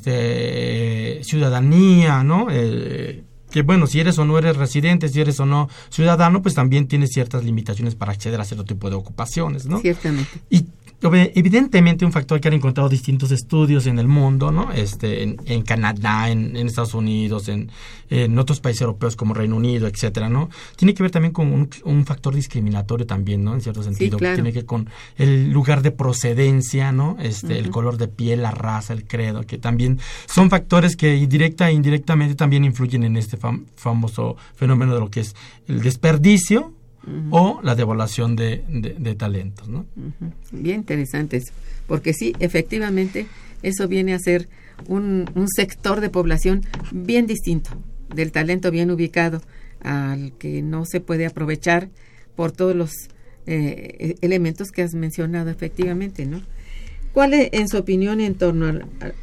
ciudadanía, ¿no? Que bueno, si eres o no eres residente, si eres o no ciudadano, pues también tienes ciertas limitaciones para acceder a cierto tipo de ocupaciones, ¿no? Ciertamente. Y evidentemente un factor que han encontrado distintos estudios en el mundo, ¿no? En Canadá, en Estados Unidos, en otros países europeos como Reino Unido, etcétera, ¿no? Tiene que ver también con un factor discriminatorio también, ¿no? En cierto sentido. Sí, claro. Tiene que ver con el lugar de procedencia, ¿no? El color de piel, la raza, el credo, que también son factores que directa e indirectamente también influyen en este famoso fenómeno de lo que es el desperdicio o la devaluación de talentos, ¿no? Bien interesante eso, porque sí, efectivamente, eso viene a ser un sector de población bien distinto, del talento bien ubicado, al que no se puede aprovechar por todos los elementos que has mencionado, efectivamente, ¿no? ¿Cuál es, en su opinión, en torno a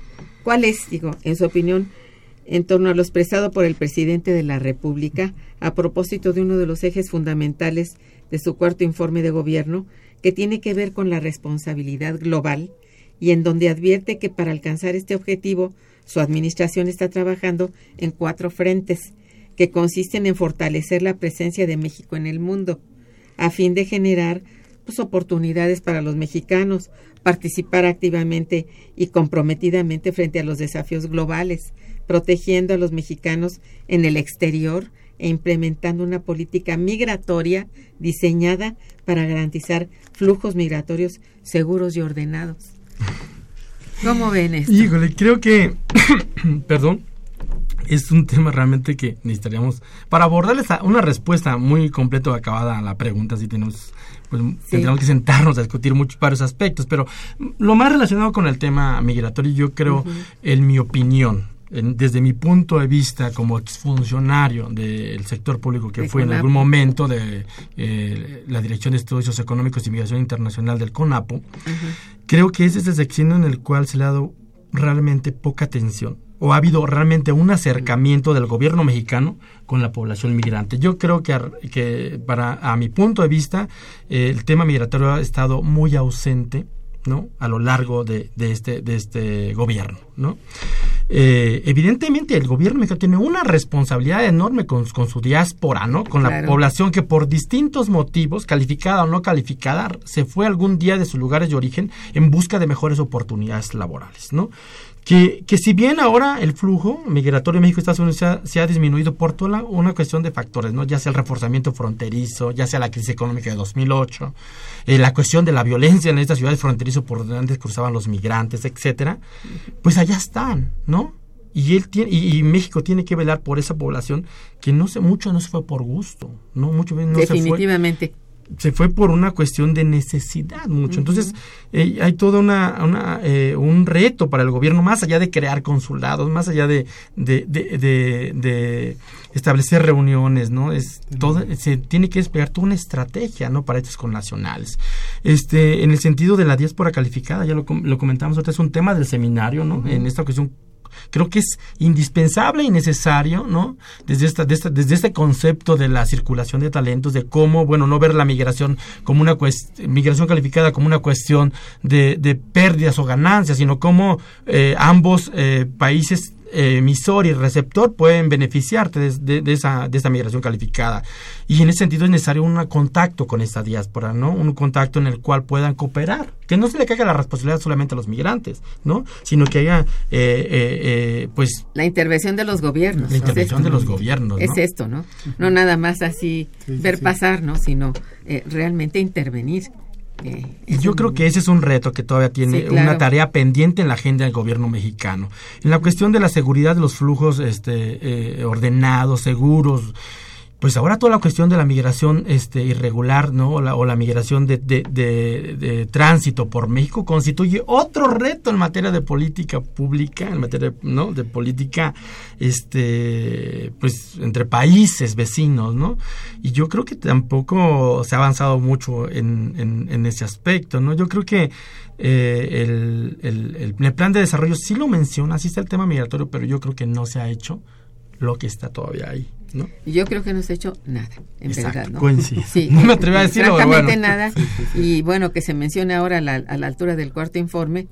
lo expresado por el presidente de la República a propósito de uno de los ejes fundamentales de su cuarto informe de gobierno, que tiene que ver con la responsabilidad global, y en donde advierte que para alcanzar este objetivo su administración está trabajando en 4 frentes, que consisten en fortalecer la presencia de México en el mundo, a fin de generar oportunidades para los mexicanos, participar activamente y comprometidamente frente a los desafíos globales, protegiendo a los mexicanos en el exterior e implementando una política migratoria diseñada para garantizar flujos migratorios seguros y ordenados. ¿Cómo ven esto? Híjole, creo que, perdón, es un tema realmente que necesitaríamos, para abordarles una respuesta muy completa o acabada a la pregunta, si tenemos, pues tendríamos que sentarnos a discutir varios aspectos, pero lo más relacionado con el tema migratorio, yo creo, en mi opinión, desde mi punto de vista como exfuncionario del sector público que fue en algún momento de la Dirección de Estudios Socioeconómicos y Migración Internacional del CONAPO, creo que ese es el sexenio en el cual se le ha dado realmente poca atención, o ha habido realmente un acercamiento del gobierno mexicano con la población migrante. Yo creo que a mi punto de vista, el tema migratorio ha estado muy ausente, ¿no?, a lo largo de este gobierno, ¿no? Evidentemente el gobierno mexicano tiene una responsabilidad enorme con su diáspora, ¿no? Con la población que por distintos motivos, calificada o no calificada, se fue algún día de sus lugares de origen en busca de mejores oportunidades laborales, ¿no? Que si bien ahora el flujo migratorio en México y Estados Unidos se ha disminuido por toda una cuestión de factores, ¿no? Ya sea el reforzamiento fronterizo, ya sea la crisis económica de 2008, la cuestión de la violencia en estas ciudades fronterizas por donde antes cruzaban los migrantes, etcétera, pues allá están, ¿no? Y México tiene que velar por esa población que mucho no se fue por gusto, ¿no? Mucho no definitivamente. Se fue por una cuestión de necesidad mucho. Entonces, hay todo un reto para el gobierno, más allá de crear consulados, más allá de establecer reuniones, ¿no? Se tiene que desplegar toda una estrategia, ¿no?, para estos connacionales. En el sentido de la diáspora calificada, ya lo comentamos ahorita, es un tema del seminario, ¿no? En esta cuestión creo que es indispensable y necesario, ¿no?, desde este concepto de la circulación de talentos, de cómo, no ver la migración como migración calificada como una cuestión de pérdidas o ganancias, sino cómo ambos países emisor y receptor pueden beneficiarte de esa migración calificada, y en ese sentido es necesario un contacto con esta diáspora, ¿no? Un contacto en el cual puedan cooperar, que no se le caiga la responsabilidad solamente a los migrantes, ¿no?, sino que haya pues la intervención de los gobiernos. La intervención de los gobiernos, ¿no? Es esto, ¿no? No nada más así ver pasar, ¿no?, sino realmente intervenir. Y yo creo que ese es un reto que todavía tiene una tarea pendiente en la agenda del gobierno mexicano. En la cuestión de la seguridad de los flujos ordenados, seguros, pues ahora toda la cuestión de la migración irregular, ¿no?, o la migración de tránsito por México constituye otro reto en materia de política pública, en materia, ¿no?, de política pues entre países vecinos, ¿no? Y yo creo que tampoco se ha avanzado mucho en ese aspecto, ¿no? Yo creo que el plan de desarrollo sí lo menciona, sí está el tema migratorio, pero yo creo que no se ha hecho lo que está todavía ahí, ¿no? Yo creo que no se ha hecho nada, en verdad, ¿no? Coincido. Sí, no me atrevo a decirlo, francamente nada. Y que se mencione ahora a la altura del cuarto informe,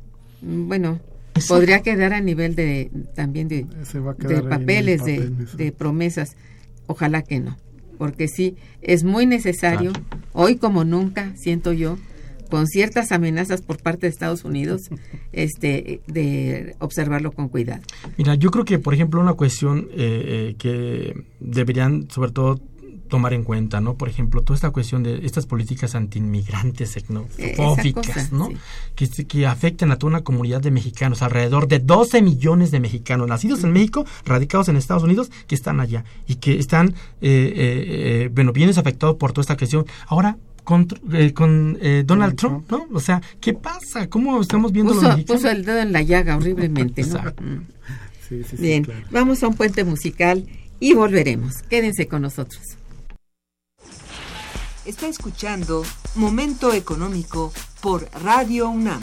podría quedar a nivel también de papeles, de promesas. Ojalá que no, porque sí, es muy necesario, hoy como nunca, siento yo, con ciertas amenazas por parte de Estados Unidos, de observarlo con cuidado. Mira, yo creo que, por ejemplo, una cuestión que deberían, sobre todo, tomar en cuenta, ¿no? Por ejemplo, toda esta cuestión de estas políticas antiinmigrantes, xenofóbicas, ¿no? Sí. Que afectan a toda una comunidad de mexicanos, alrededor de 12 millones de mexicanos nacidos en México, radicados en Estados Unidos, que están allá y que están, bien afectados por toda esta cuestión. Ahora, con Donald Trump, ¿no? O sea, ¿qué pasa? ¿Cómo estamos viendo los mexicanos? Puso el dedo en la llaga horriblemente, ¿no? Exacto. Sí, bien, claro. Vamos a un puente musical y volveremos. Quédense con nosotros. Está escuchando Momento Económico por Radio UNAM.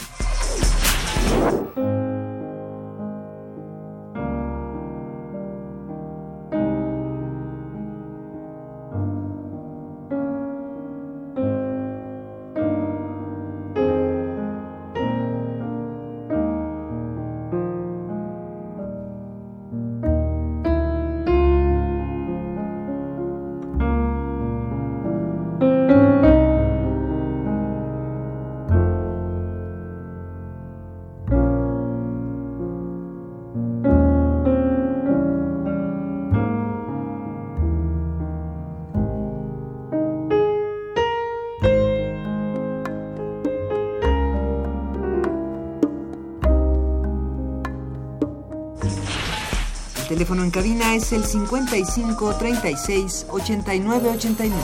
El teléfono en cabina es el 55 36 89 89.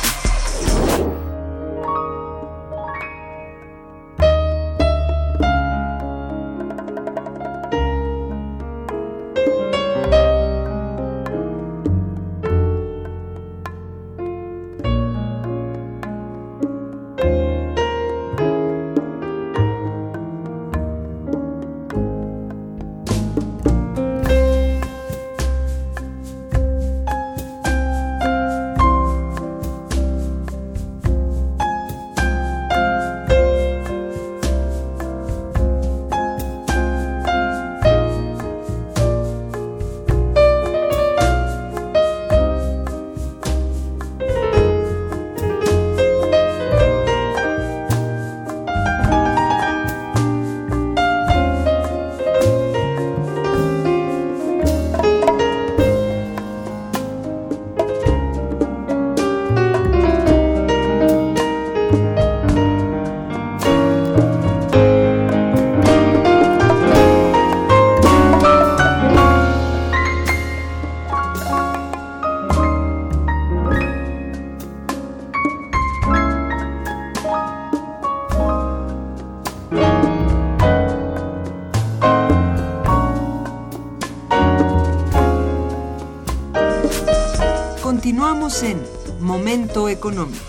Continuamos en Momento Económico.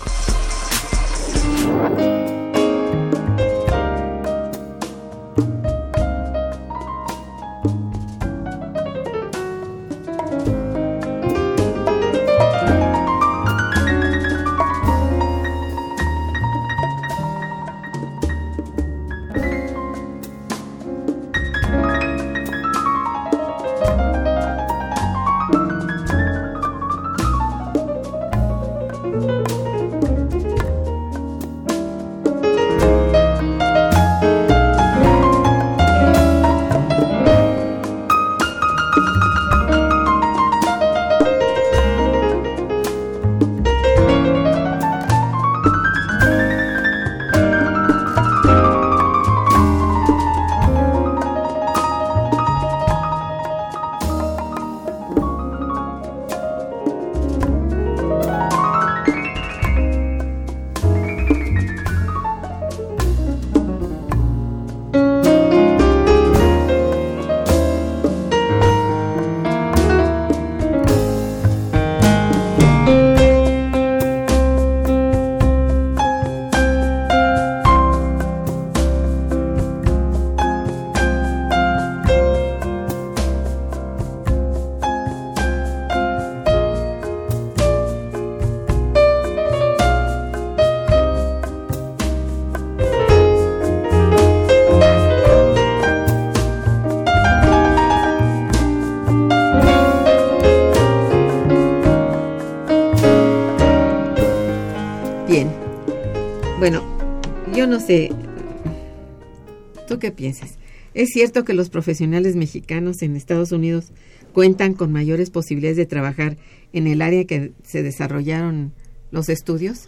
yo no sé, ¿tú qué piensas? ¿Es cierto que los profesionales mexicanos en Estados Unidos cuentan con mayores posibilidades de trabajar en el área que se desarrollaron los estudios?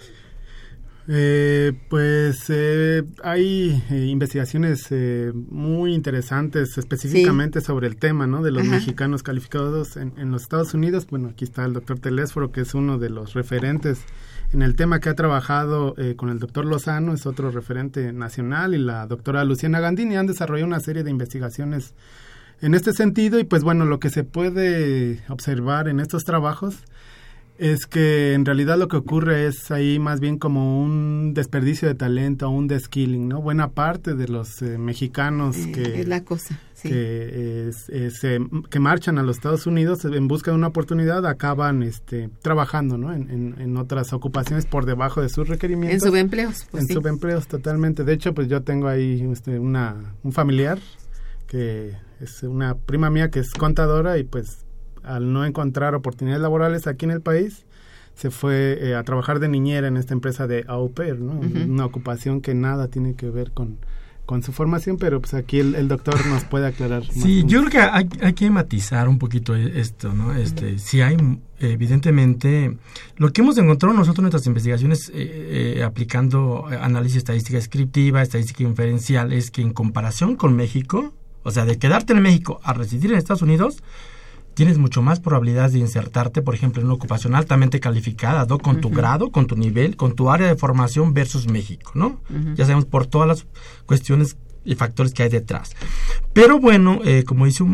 Hay investigaciones muy interesantes específicamente sobre el tema, ¿no? De los mexicanos calificados en los Estados Unidos. Bueno, aquí está el doctor Telésforo, que es uno de los referentes en el tema, que ha trabajado con el doctor Lozano, es otro referente nacional, y la doctora Luciana Gandini. Han desarrollado una serie de investigaciones en este sentido, y pues bueno, lo que se puede observar en estos trabajos es que en realidad lo que ocurre es ahí más bien como un desperdicio de talento, un deskilling, ¿no? Buena parte de los mexicanos que es la cosa, sí, que marchan a los Estados Unidos en busca de una oportunidad acaban trabajando, ¿no? En otras ocupaciones por debajo de sus requerimientos. En subempleos, pues en subempleos, totalmente. De hecho, pues yo tengo ahí un familiar que es una prima mía que es contadora, y pues al no encontrar oportunidades laborales aquí en el país, se fue a trabajar de niñera en esta empresa de au pair, ¿no? Una ocupación que nada tiene que ver con su formación, pero pues aquí el doctor nos puede aclarar. Sí, yo creo que hay que matizar un poquito esto, ¿no? Sí hay, evidentemente, lo que hemos encontrado nosotros en nuestras investigaciones aplicando análisis estadística descriptiva, estadística inferencial, es que en comparación con México, o sea, de quedarte en México a residir en Estados Unidos, tienes mucho más probabilidades de insertarte, por ejemplo, en una ocupación altamente calificada, ¿no? Con tu grado, con tu nivel, con tu área de formación versus México, ¿no? Ya sabemos por todas las cuestiones y factores que hay detrás. Pero bueno, como dice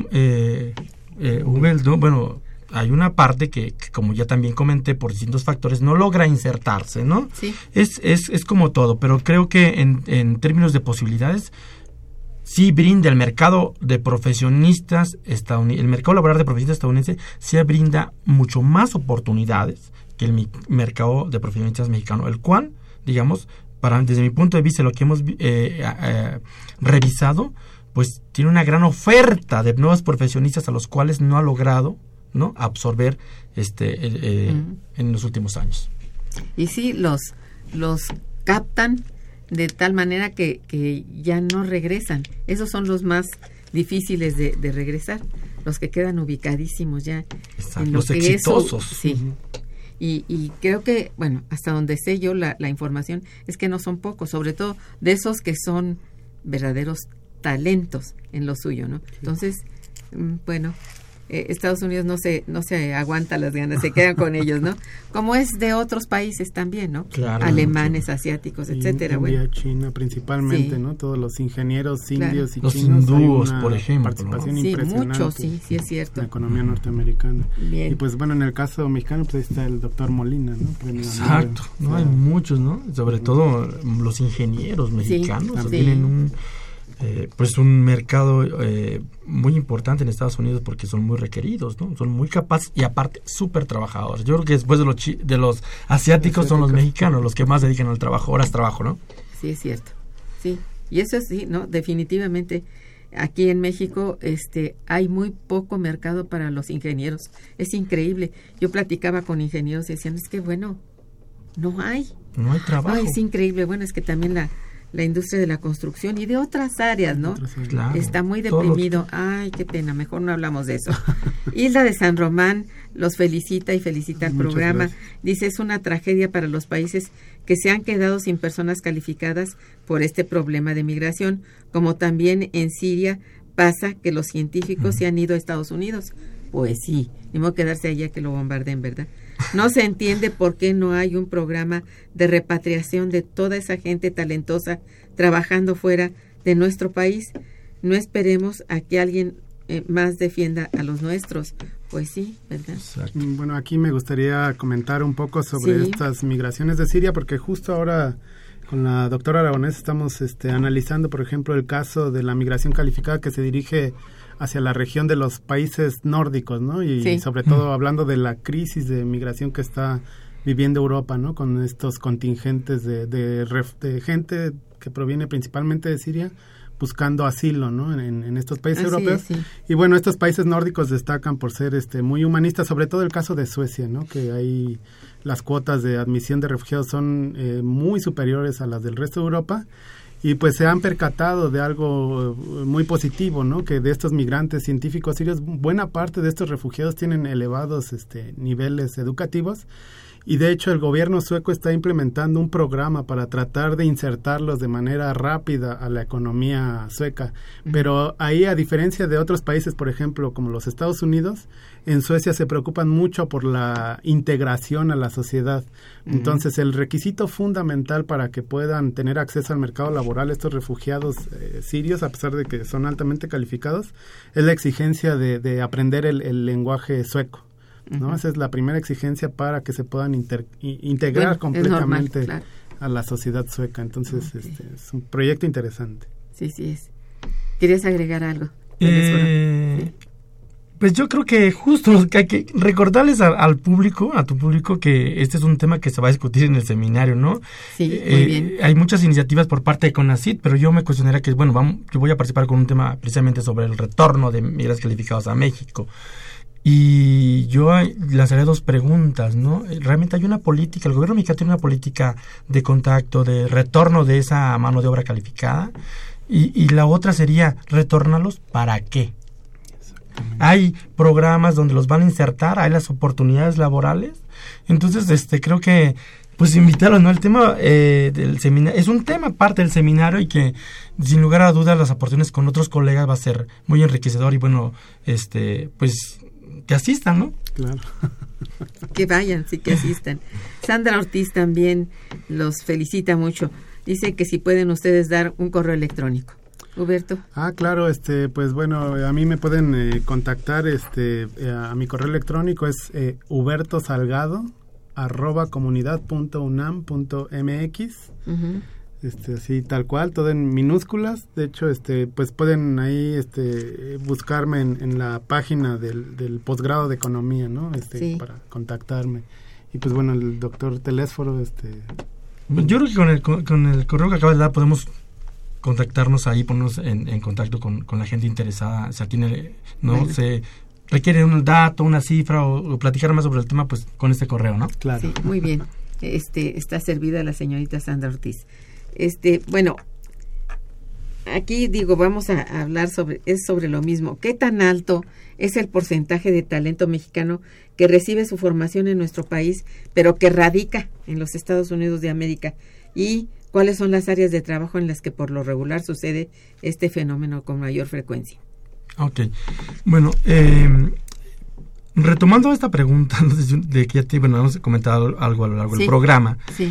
Ubel, ¿no? Bueno, hay una parte que, como ya también comenté, por distintos factores no logra insertarse, ¿no? Sí. Es como todo, pero creo que en términos de posibilidades, sí brinda el mercado de profesionistas estadounidense, el mercado laboral de profesionistas estadounidense sí brinda mucho más oportunidades que el mercado de profesionistas mexicano, el cual, digamos, desde mi punto de vista, lo que hemos revisado, pues tiene una gran oferta de nuevos profesionistas a los cuales no ha logrado, ¿no?, absorber en los últimos años. Y sí, los captan de tal manera que ya no regresan. Esos son los más difíciles de regresar, los que quedan ubicadísimos ya. Exacto, en los exitosos. Sí. Y creo que, bueno, hasta donde sé yo la información es que no son pocos, sobre todo de esos que son verdaderos talentos en lo suyo, ¿no? Entonces, bueno, Estados Unidos no se aguanta las ganas, se quedan con ellos, ¿no? Como es de otros países también, ¿no? Claro, alemanes, mucho. Asiáticos, etcétera. India, bueno. China principalmente, sí, ¿no? Todos los ingenieros indios y los chinos. Los hindúes, por ejemplo. Participación ¿no? impresionante. Mucho, sí es cierto. En la economía norteamericana. Bien. Y pues bueno, en el caso mexicano, pues ahí está el doctor Molina, ¿no? Premio Exacto, ¿no? Hay muchos, ¿no? Sobre todo los ingenieros mexicanos, sí, tienen pues un mercado muy importante en Estados Unidos porque son muy requeridos, ¿no? Son muy capaces y aparte súper trabajadores. Yo creo que después de los asiáticos son los mexicanos los que más dedican al trabajo, horas trabajo, ¿no? Sí, es cierto. Sí, y eso sí, ¿no? Definitivamente aquí en México hay muy poco mercado para los ingenieros. Es increíble. Yo platicaba con ingenieros y decían, es que bueno, no hay trabajo. No, es increíble. Bueno, es que también la industria de la construcción y de otras áreas, ¿no? Claro, está muy deprimido. Ay, qué pena, mejor no hablamos de eso. Hilda de San Román los felicita y felicita al programa. Gracias. Dice, es una tragedia para los países que se han quedado sin personas calificadas por este problema de migración, como también en Siria pasa que los científicos se han ido a Estados Unidos. Pues sí, ni modo quedarse allá que lo bombarden, ¿verdad? No se entiende por qué no hay un programa de repatriación de toda esa gente talentosa trabajando fuera de nuestro país. No esperemos a que alguien más defienda a los nuestros. Pues sí, ¿verdad? Exacto. Bueno, aquí me gustaría comentar un poco sobre estas migraciones de Siria, porque justo ahora con la doctora Aragonés estamos analizando, por ejemplo, el caso de la migración calificada que se dirige hacia la región de los países nórdicos, ¿no? Y sobre todo hablando de la crisis de migración que está viviendo Europa, ¿no? Con estos contingentes de gente que proviene principalmente de Siria, buscando asilo, ¿no? En estos países europeos. Sí. Y bueno, estos países nórdicos destacan por ser muy humanistas, sobre todo el caso de Suecia, ¿no? Que ahí las cuotas de admisión de refugiados son muy superiores a las del resto de Europa. Y pues se han percatado de algo muy positivo, ¿no? Que de estos migrantes científicos sirios, buena parte de estos refugiados tienen elevados niveles educativos. Y de hecho el gobierno sueco está implementando un programa para tratar de insertarlos de manera rápida a la economía sueca. Pero ahí, a diferencia de otros países, por ejemplo, como los Estados Unidos, en Suecia se preocupan mucho por la integración a la sociedad. Entonces, el requisito fundamental para que puedan tener acceso al mercado laboral estos refugiados sirios, a pesar de que son altamente calificados, es la exigencia de aprender el lenguaje sueco, ¿no? Esa es la primera exigencia para que se puedan integrar completamente normal, claro, a la sociedad sueca. Entonces, es un proyecto interesante. Sí es. ¿Querías agregar algo? Sí. Pues yo creo que justo que hay que recordarles al público, a tu público, que este es un tema que se va a discutir en el seminario, ¿no? Sí, muy bien. Hay muchas iniciativas por parte de CONACYT, pero yo me cuestionaría que, yo voy a participar con un tema precisamente sobre el retorno de migrantes calificados a México. Y yo les haré 2 preguntas, ¿no? Realmente hay una política, el gobierno mexicano tiene una política de contacto, de retorno de esa mano de obra calificada, y la otra sería, ¿retornarlos para qué? Hay programas donde los van a insertar, hay las oportunidades laborales. Entonces, creo que, pues, invitarlos, ¿no? El tema del seminario es un tema parte del seminario y que, sin lugar a dudas, las aportaciones con otros colegas va a ser muy enriquecedor y, bueno, pues, que asistan, ¿no? Claro. Que vayan, sí, que asistan. Sandra Ortiz también los felicita mucho. Dice que si pueden ustedes dar un correo electrónico. Huberto. Claro, pues bueno, a mí me pueden contactar, a mi correo electrónico es hubertosalgado@comunidad.unam.mx. Así tal cual, todo en minúsculas. De hecho, pues pueden ahí buscarme en la página del posgrado de economía, ¿no? Sí. Para contactarme. Y pues bueno, el doctor Telésforo, Yo creo que con el correo que acabas de dar podemos contactarnos ahí, ponernos en contacto con la gente interesada. O sea, tiene, ¿no? Bueno. Se requiere un dato, una cifra o platicar más sobre el tema, pues con este correo, ¿no? Claro. Sí, muy bien. Está servida la señorita Sandra Ortiz. Bueno, aquí vamos a hablar sobre lo mismo. ¿Qué tan alto es el porcentaje de talento mexicano que recibe su formación en nuestro país, pero que radica en los Estados Unidos de América? ¿Y cuáles son las áreas de trabajo en las que por lo regular sucede este fenómeno con mayor frecuencia? Ok. Bueno, retomando esta pregunta, de que ya hemos comentado algo a lo largo del programa, sí.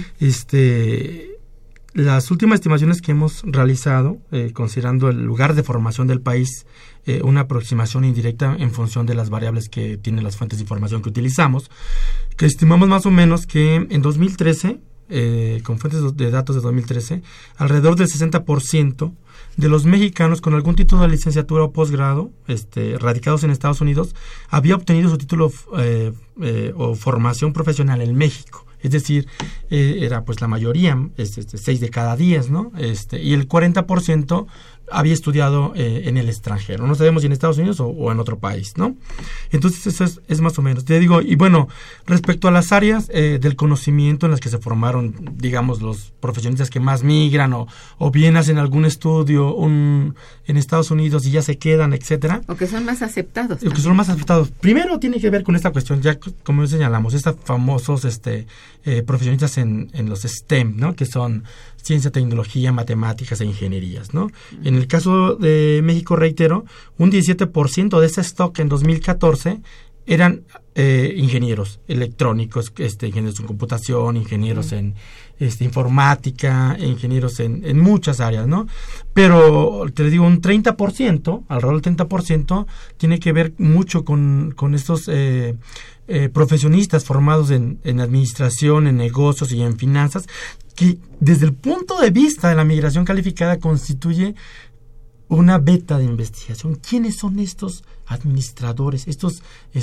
Las últimas estimaciones que hemos realizado, considerando el lugar de formación del país, una aproximación indirecta en función de las variables que tienen las fuentes de información que utilizamos, que estimamos más o menos que en 2013, con fuentes de datos de 2013, alrededor del 60% de los mexicanos con algún título de licenciatura o posgrado, radicados en Estados Unidos, había obtenido su título o formación profesional en México. Es decir, era pues la mayoría, 6 de cada 10, ¿no? Y el 40% había estudiado en el extranjero. No sabemos si en Estados Unidos o en otro país, ¿no? Entonces, eso es más o menos. Te digo, y bueno, respecto a las áreas del conocimiento en las que se formaron, digamos, los profesionistas que más migran o bien hacen algún estudio en Estados Unidos y ya se quedan, etcétera. O que son más aceptados. O que son más aceptados. Primero tiene que ver con esta cuestión, ya como señalamos, estos famosos profesionistas en los STEM, ¿no? Que son ciencia, tecnología, matemáticas e ingenierías, ¿no? En el caso de México, reitero, un 17% de ese stock en 2014 eran ingenieros electrónicos, ingenieros en computación, ingenieros en informática, ingenieros en muchas áreas, ¿no? Pero te digo, un 30%, alrededor del 30%, tiene que ver mucho con estos profesionistas formados en administración, en negocios y en finanzas, que desde el punto de vista de la migración calificada constituye una beta de investigación. ¿Quiénes son estos administradores, estos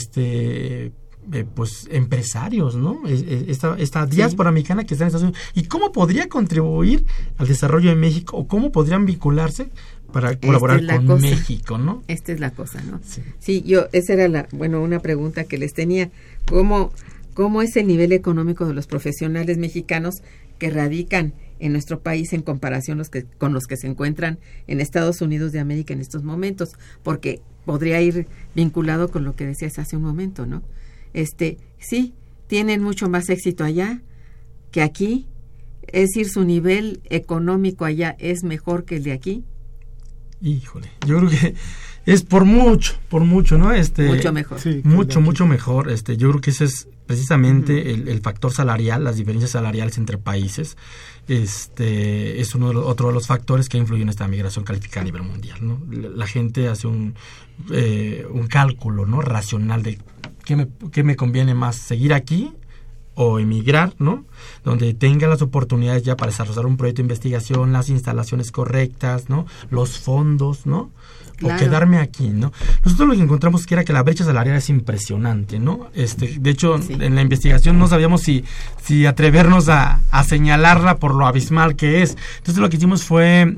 pues empresarios, ¿no? Esta diáspora mexicana que está en Estados Unidos, y cómo podría contribuir al desarrollo de México o cómo podrían vincularse para colaborar con México, ¿no? Esta es la cosa, ¿no? Sí. Sí, esa era una pregunta que les tenía. ¿Cómo es el nivel económico de los profesionales mexicanos que radican en nuestro país en comparación con los que se encuentran en Estados Unidos de América en estos momentos? Porque podría ir vinculado con lo que decías hace un momento, ¿no? Sí, tienen mucho más éxito allá que aquí. Es decir, su nivel económico allá es mejor que el de aquí. Híjole, yo creo que es por mucho, ¿no? Mucho mejor. Sí, mucho mejor. Yo creo que ese es precisamente el factor salarial, las diferencias salariales entre países. Es otro de los factores que influyen en esta migración calificada a nivel mundial, ¿no? La gente hace un cálculo, ¿no? Racional de qué me conviene más, seguir aquí o emigrar, ¿no? Donde tenga las oportunidades ya para desarrollar un proyecto de investigación, las instalaciones correctas, ¿no? Los fondos, ¿no? Claro. O quedarme aquí, ¿no? Nosotros lo que encontramos que era que la brecha salarial es impresionante, ¿no? De hecho, sí, en la investigación no sabíamos si atrevernos a señalarla por lo abismal que es. Entonces lo que hicimos fue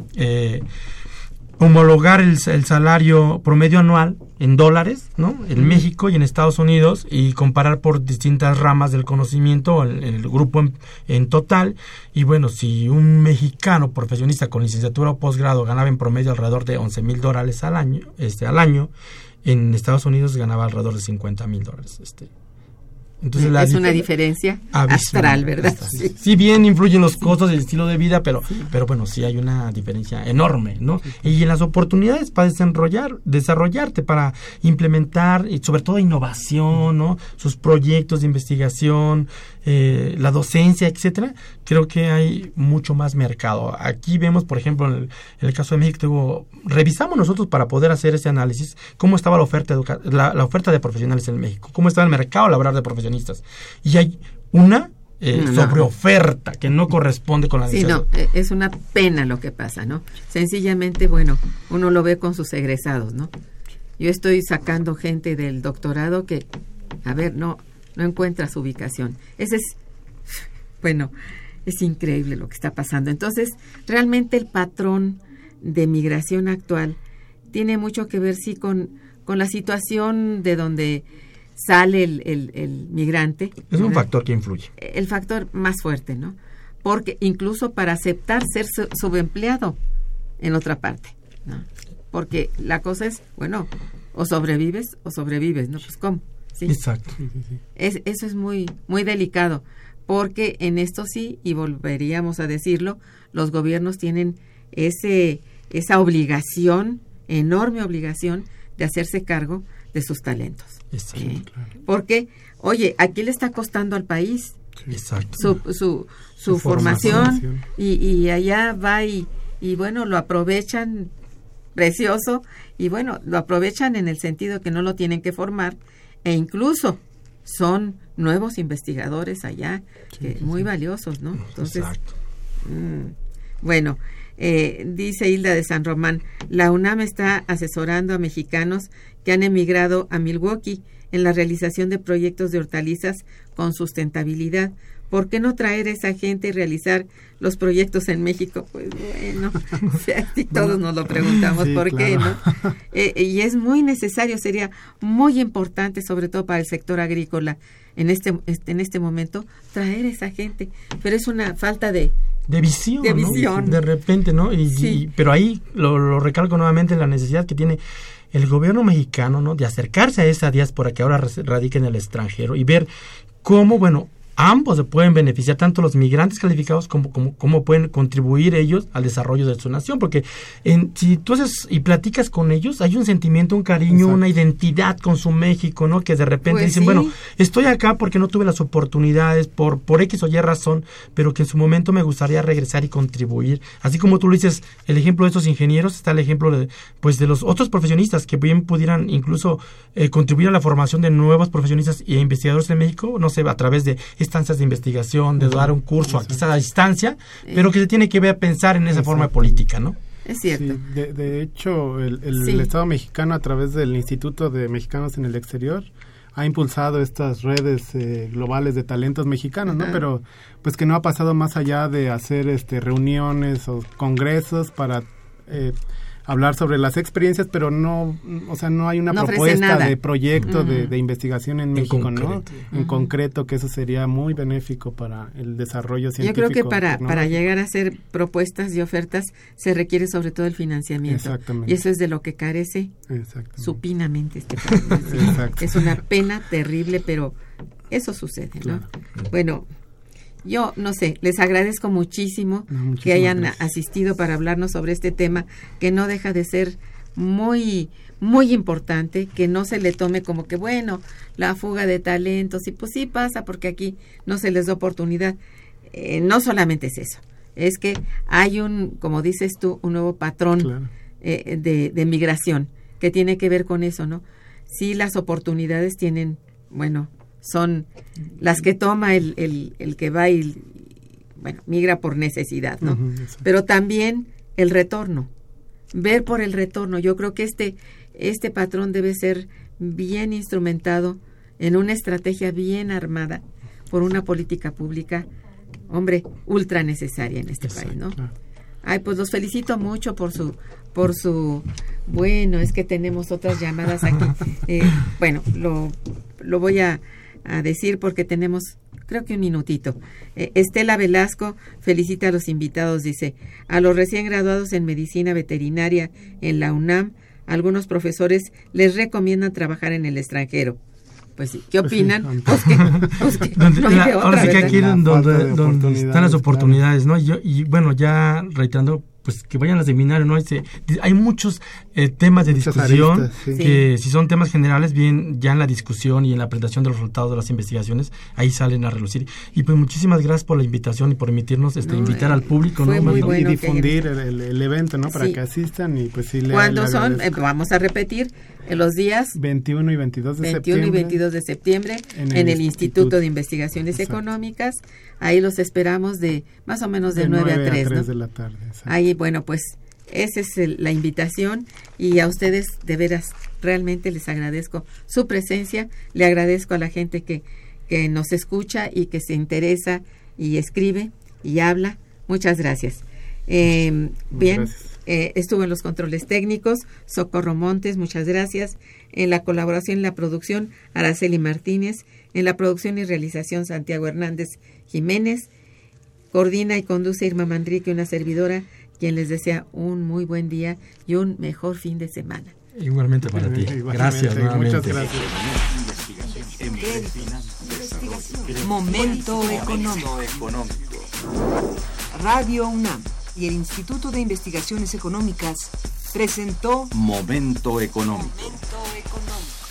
homologar el salario promedio anual en dólares, ¿no? En México y en Estados Unidos, y comparar por distintas ramas del conocimiento, el grupo en total. Y bueno, si un mexicano profesionista con licenciatura o posgrado ganaba en promedio alrededor de $11,000 al año, en Estados Unidos ganaba alrededor de $50,000. Entonces es una diferencia astral, ¿verdad? Sí, bien influyen los costos del estilo de vida, pero bueno, sí hay una diferencia enorme, ¿no? Y en las oportunidades para desarrollarte, para implementar, y sobre todo innovación, ¿no? Sus proyectos de investigación, la docencia, etcétera, creo que hay mucho más mercado. Aquí vemos, por ejemplo, en el caso de México, revisamos nosotros para poder hacer ese análisis, cómo estaba la oferta de profesionales en México, cómo estaba el mercado laboral de profesionistas. Y hay una sobreoferta que no corresponde con la necesidad. Sí, no, es una pena lo que pasa, ¿no? Sencillamente, bueno, uno lo ve con sus egresados, ¿no? Yo estoy sacando gente del doctorado que, no encuentra su ubicación. Es increíble lo que está pasando. Entonces, realmente el patrón de migración actual tiene mucho que ver, sí, con la situación de donde sale el migrante. Es un factor que influye. El factor más fuerte, ¿no? Porque incluso para aceptar ser subempleado en otra parte, ¿no? Porque la cosa es, o sobrevives, ¿no? Pues, ¿cómo? Sí. Exacto. Eso es muy, muy delicado, porque en esto sí, y volveríamos a decirlo, los gobiernos tienen esa obligación, enorme obligación, de hacerse cargo de sus talentos. Exacto. Porque, aquí le está costando al país. Exacto. Su formación y allá va y lo aprovechan precioso, y lo aprovechan en el sentido que no lo tienen que formar, e incluso son nuevos investigadores allá, muy valiosos, ¿no? Entonces, dice Hilda de San Román, la UNAM está asesorando a mexicanos que han emigrado a Milwaukee en la realización de proyectos de hortalizas con sustentabilidad. ¿Por qué no traer a esa gente y realizar los proyectos en México? Pues todos nos lo preguntamos, ¿por qué, no? Y es muy necesario, sería muy importante, sobre todo para el sector agrícola, en este momento, traer a esa gente. Pero es una falta de visión. ¿No? De repente, ¿no? Pero ahí lo recalco nuevamente, la necesidad que tiene el gobierno mexicano, ¿no? De acercarse a esa diáspora que ahora radica en el extranjero y ver cómo, ambos se pueden beneficiar, tanto los migrantes calificados como pueden contribuir ellos al desarrollo de su nación, porque si tú haces y platicas con ellos, hay un sentimiento, un cariño, exacto, una identidad con su México, ¿no? Que de repente dicen, estoy acá porque no tuve las oportunidades por X o Y razón, pero que en su momento me gustaría regresar y contribuir. Así como tú lo dices, el ejemplo de estos ingenieros, está el ejemplo de los otros profesionistas que bien pudieran incluso contribuir a la formación de nuevos profesionistas e investigadores en México, no sé, a través de instancias de investigación, de dar un curso quizá a distancia, pero que se tiene que pensar en esa forma política, ¿no? Es cierto. Sí, de hecho, el Estado mexicano, a través del Instituto de Mexicanos en el Exterior, ha impulsado estas redes globales de talentos mexicanos, ¿no? Pero pues que no ha pasado más allá de hacer reuniones o congresos para hablar sobre las experiencias, pero no, o sea, no hay una propuesta de proyecto de investigación en México, concreto, ¿no? En concreto, que eso sería muy benéfico para el desarrollo científico. Yo creo que para llegar a hacer propuestas y ofertas se requiere sobre todo el financiamiento. Exactamente. Y eso es de lo que carece supinamente este país. Es una pena terrible, pero eso sucede, ¿no? Claro. Bueno, yo no sé, les agradezco muchísimo que hayan asistido para hablarnos sobre este tema que no deja de ser muy, muy importante, que no se le tome como que, bueno, la fuga de talentos, y pues sí pasa porque aquí no se les da oportunidad. No solamente es eso, es que hay como dices tú, un nuevo patrón de migración que tiene que ver con eso, ¿no? Sí, las oportunidades tienen, bueno, son las que toma el que va y, bueno, migra por necesidad, ¿no? Pero también el retorno, ver por el retorno. Yo creo que este patrón debe ser bien instrumentado en una estrategia bien armada por una política pública, hombre, ultra necesaria en este país, ¿no? Claro. Ay, pues los felicito mucho por su bueno, es que tenemos otras llamadas aquí. Bueno, lo voy a decir porque tenemos, creo que un minutito. Estela Velasco felicita a los invitados, dice, a los recién graduados en medicina veterinaria en la UNAM, algunos profesores les recomiendan trabajar en el extranjero. Pues sí, ¿qué opinan? Pues que no hay de otra, ahora sí que aquí donde están las oportunidades, claro. ¿no? Y bueno, ya reiterando, pues que vayan a los seminarios, ¿no? Hay muchos temas de discusión aristas, que si son temas generales, bien, ya en la discusión y en la presentación de los resultados de las investigaciones, ahí salen a relucir. Y pues muchísimas gracias por la invitación y por permitirnos invitar al público, ¿no? Muy bueno, y difundir el evento, ¿no? Para que asistan y pues sí. ¿Cuándo son? Vamos a repetir. En los días 21 y 22 de septiembre en el Instituto de Investigaciones Económicas. Ahí los esperamos de más o menos de 9 a 3, ¿no? de la tarde. Exacto. Ahí, bueno, pues esa es la invitación y a ustedes de veras realmente les agradezco su presencia, le agradezco a la gente que nos escucha y que se interesa y escribe y habla. Muchas gracias. Bien. Gracias. Estuvo en los controles técnicos Socorro Montes, muchas gracias. En la colaboración en la producción Araceli Martínez, en la producción y realización Santiago Hernández Jiménez, coordina y conduce Irma Manrique, una servidora, quien les desea un muy buen día y un mejor fin de semana. Igualmente para ti. Gracias nuevamente. Muchas gracias. Momento económico. Radio UNAM y el Instituto de Investigaciones Económicas presentó Momento económico.